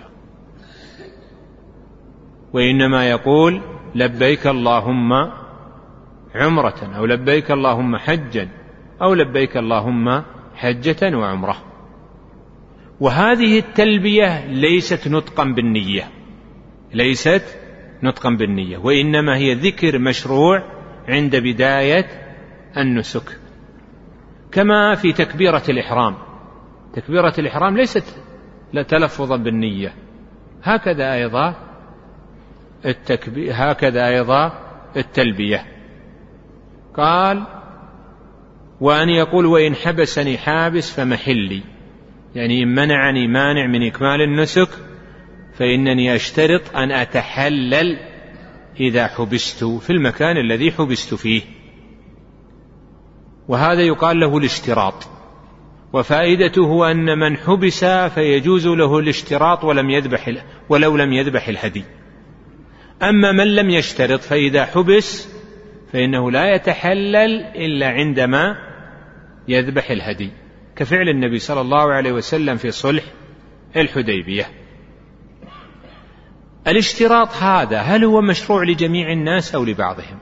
وإنما يقول لبيك اللهم عمرة أو لبيك اللهم حجا أو لبيك اللهم حجة وعمرة. وهذه التلبية ليست نطقا بالنية، ليست نطقا بالنية، وإنما هي ذكر مشروع عند بداية النسك، كما في تكبيرة الإحرام. تكبيرة الإحرام ليست تلفظا بالنية، هكذا أيضا التلبية. قال وأن يقول وإن حبسني حابس فمحلي، يعني إن منعني مانع من إكمال النسك فإنني أشترط أن أتحلل إذا حبست في المكان الذي حبست فيه، وهذا يقال له الاشتراط. وفائدته أن من حبس فيجوز له الاشتراط ولو لم يذبح الهدي. أما من لم يشترط فإذا حبس فإنه لا يتحلل إلا عندما يذبح الهدي، كفعل النبي صلى الله عليه وسلم في صلح الحديبية. الاشتراط هذا هل هو مشروع لجميع الناس أو لبعضهم؟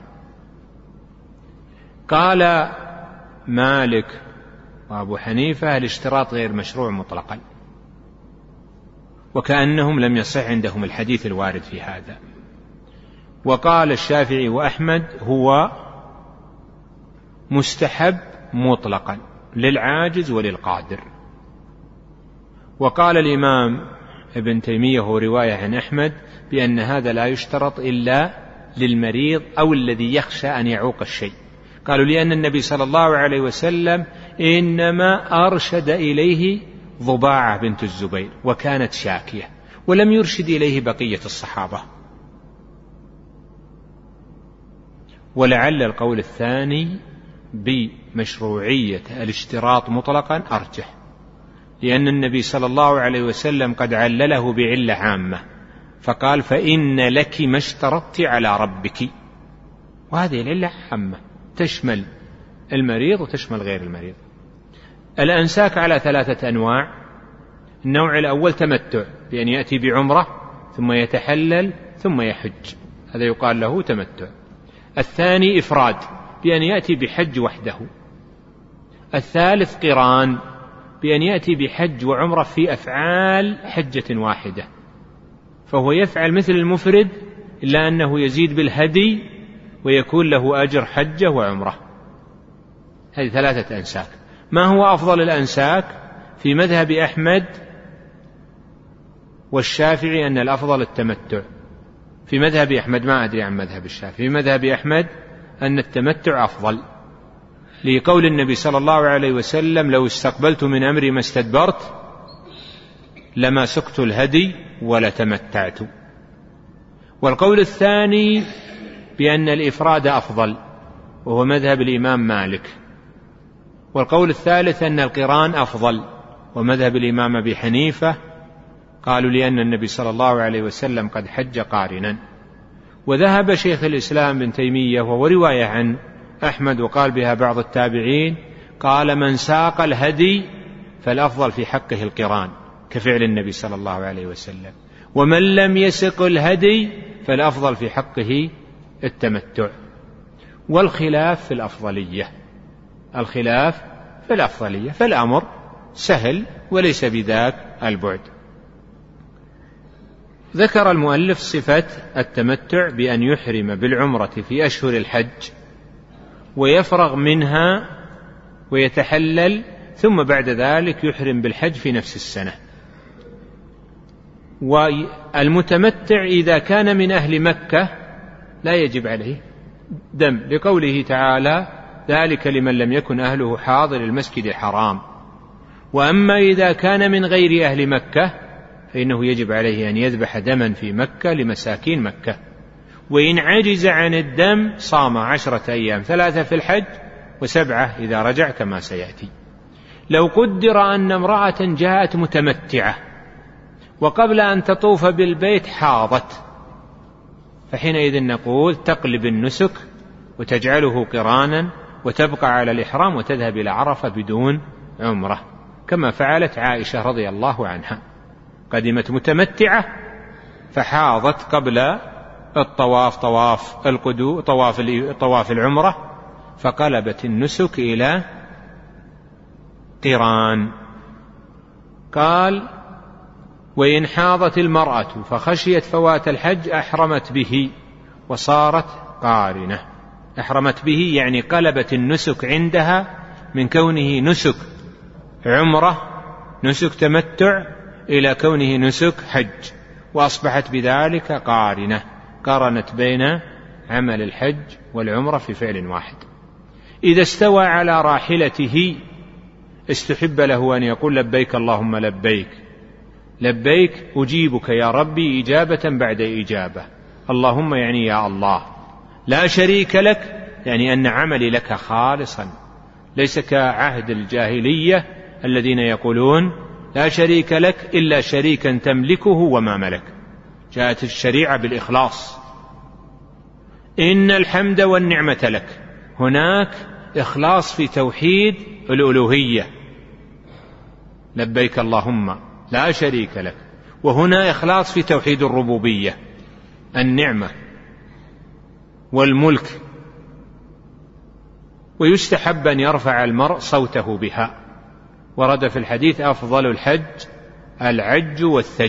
قال مالك وأبو حنيفة الاشتراط غير مشروع مطلقا، وكأنهم لم يصح عندهم الحديث الوارد في هذا. وقال الشافعي وأحمد هو مستحب مطلقا للعاجز وللقادر. وقال الإمام ابن تيمية هو رواية عن أحمد بأن هذا لا يشترط إلا للمريض أو الذي يخشى أن يعوق الشيء. قالوا لأن النبي صلى الله عليه وسلم إنما أرشد إليه ضباعة بنت الزبير وكانت شاكية، ولم يرشد إليه بقية الصحابة. ولعل القول الثاني بمشروعية الاشتراط مطلقا أرجح، لأن النبي صلى الله عليه وسلم قد علله بعلة عامة فقال فإن لك ما اشترطت على ربك، وهذه العلة عامة تشمل المريض وتشمل غير المريض. الأنساك على 3 أنواع. النوع الأول تمتع بأن يأتي بعمرة ثم يتحلل ثم يحج، هذا يقال له تمتع. الثاني إفراد بأن يأتي بحج وحده. الثالث قران بأن يأتي بحج وعمرة في أفعال حجة واحدة، فهو يفعل مثل المفرد إلا أنه يزيد بالهدي ويكون له أجر حجة وعمرة. هذه 3 أنساك. ما هو أفضل الأنساك؟ في مذهب أحمد والشافعي أن الأفضل التمتع. في مذهب أحمد، ما أدري عن مذهب الشافعي، في مذهب أحمد أن التمتع أفضل، لقول النبي صلى الله عليه وسلم لو استقبلت من أمري ما استدبرت لما سقت الهدي ولا تمتعت. والقول الثاني بأن الإفراد أفضل وهو مذهب الإمام مالك. والقول الثالث أن القران أفضل ومذهب الإمام أبي حنيفة، قالوا لأن النبي صلى الله عليه وسلم قد حج قارنا. وذهب شيخ الإسلام ابن تيمية وهو رواية عن أحمد وقال بها بعض التابعين، قال: من ساق الهدي فالأفضل في حقه القران كفعل النبي صلى الله عليه وسلم، ومن لم يسق الهدي فالأفضل في حقه التمتع. والخلاف في الأفضلية، الخلاف في الأفضلية، فالأمر سهل وليس بذاك البعد. ذكر المؤلف صفة التمتع بأن يحرم بالعمرة في أشهر الحج ويفرغ منها ويتحلل، ثم بعد ذلك يحرم بالحج في نفس السنة. والمتمتع إذا كان من أهل مكة لا يجب عليه دم، لقوله تعالى: ذلك لمن لم يكن أهله حاضر المسجد الحرام. وأما إذا كان من غير أهل مكة فإنه يجب عليه أن يذبح دما في مكة لمساكين مكة. وإن عجز عن الدم صام 10 أيام، 3 في الحج و7 إذا رجع كما سيأتي. لو قدر أن امرأة جاءت متمتعة وقبل أن تطوف بالبيت حاضت، فحينئذ نقول تقلب النسك وتجعله قرانا وتبقى على الإحرام وتذهب إلى عرفة بدون عمرة، كما فعلت عائشة رضي الله عنها، قدمت متمتعة فحاضت قبل الطواف، طواف العمرة، فقلبت النسك إلى قران. قال: وإن حاضت المرأة فخشيت فوات الحج أحرمت به وصارت قارنة. أحرمت به يعني قلبت النسك عندها من كونه نسك عمرة، نسك تمتع، إلى كونه نسك حج، وأصبحت بذلك قارنة، قارنت بين عمل الحج والعمرة في فعل واحد. إذا استوى على راحلته استحب له أن يقول: لبيك اللهم لبيك، لبيك أجيبك يا ربي إجابة بعد إجابة، اللهم يعني يا الله، لا شريك لك يعني أن عملي لك خالصا، ليس كعهد الجاهلية الذين يقولون لا شريك لك إلا شريكا تملكه وما ملك. جاءت الشريعة بالإخلاص، إن الحمد والنعمة لك. هناك إخلاص في توحيد الألوهية، لبيك اللهم لا شريك لك، وهنا إخلاص في توحيد الربوبية، النعمة والملك. ويستحب أن يرفع المرء صوته بها، ورد في الحديث: أفضل الحج العج والثج،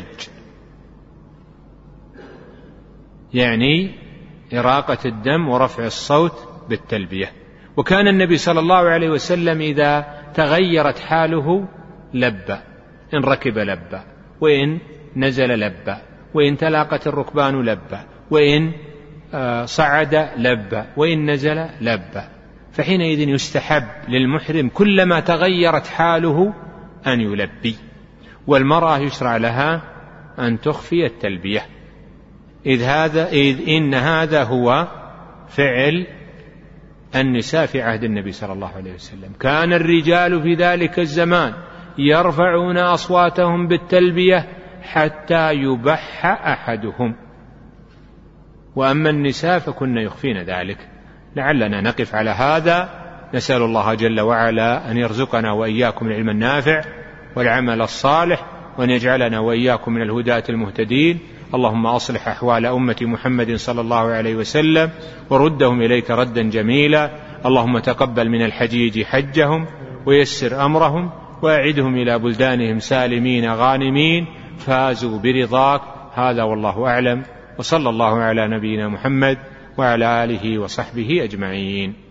يعني إراقة الدم ورفع الصوت بالتلبية. وكان النبي صلى الله عليه وسلم إذا تغيرت حاله لبى، إن ركب لبى، وإن نزل لبى، وإن تلاقت الركبان لبى، وإن صعد لبى، وإن نزل لبى. فحينئذ يستحب للمحرم كلما تغيرت حاله أن يلبي. والمرأة يشرع لها أن تخفي التلبية، إذ إن هذا هو فعل النساء في عهد النبي صلى الله عليه وسلم. كان الرجال في ذلك الزمان يرفعون أصواتهم بالتلبية حتى يبح أحدهم، وأما النساء فكن يخفين ذلك. لعلنا نقف على هذا، نسأل الله جل وعلا أن يرزقنا وإياكم العلم النافع والعمل الصالح، وأن يجعلنا وإياكم من الهداة المهتدين. اللهم أصلح أحوال أمة محمد صلى الله عليه وسلم وردهم إليك ردا جميلا. اللهم تقبل من الحجيج حجهم ويسر أمرهم، وأعدهم إلى بلدانهم سالمين غانمين فازوا برضاك. هذا والله أعلم، وصلى الله على نبينا محمد وعلى آله وصحبه أجمعين.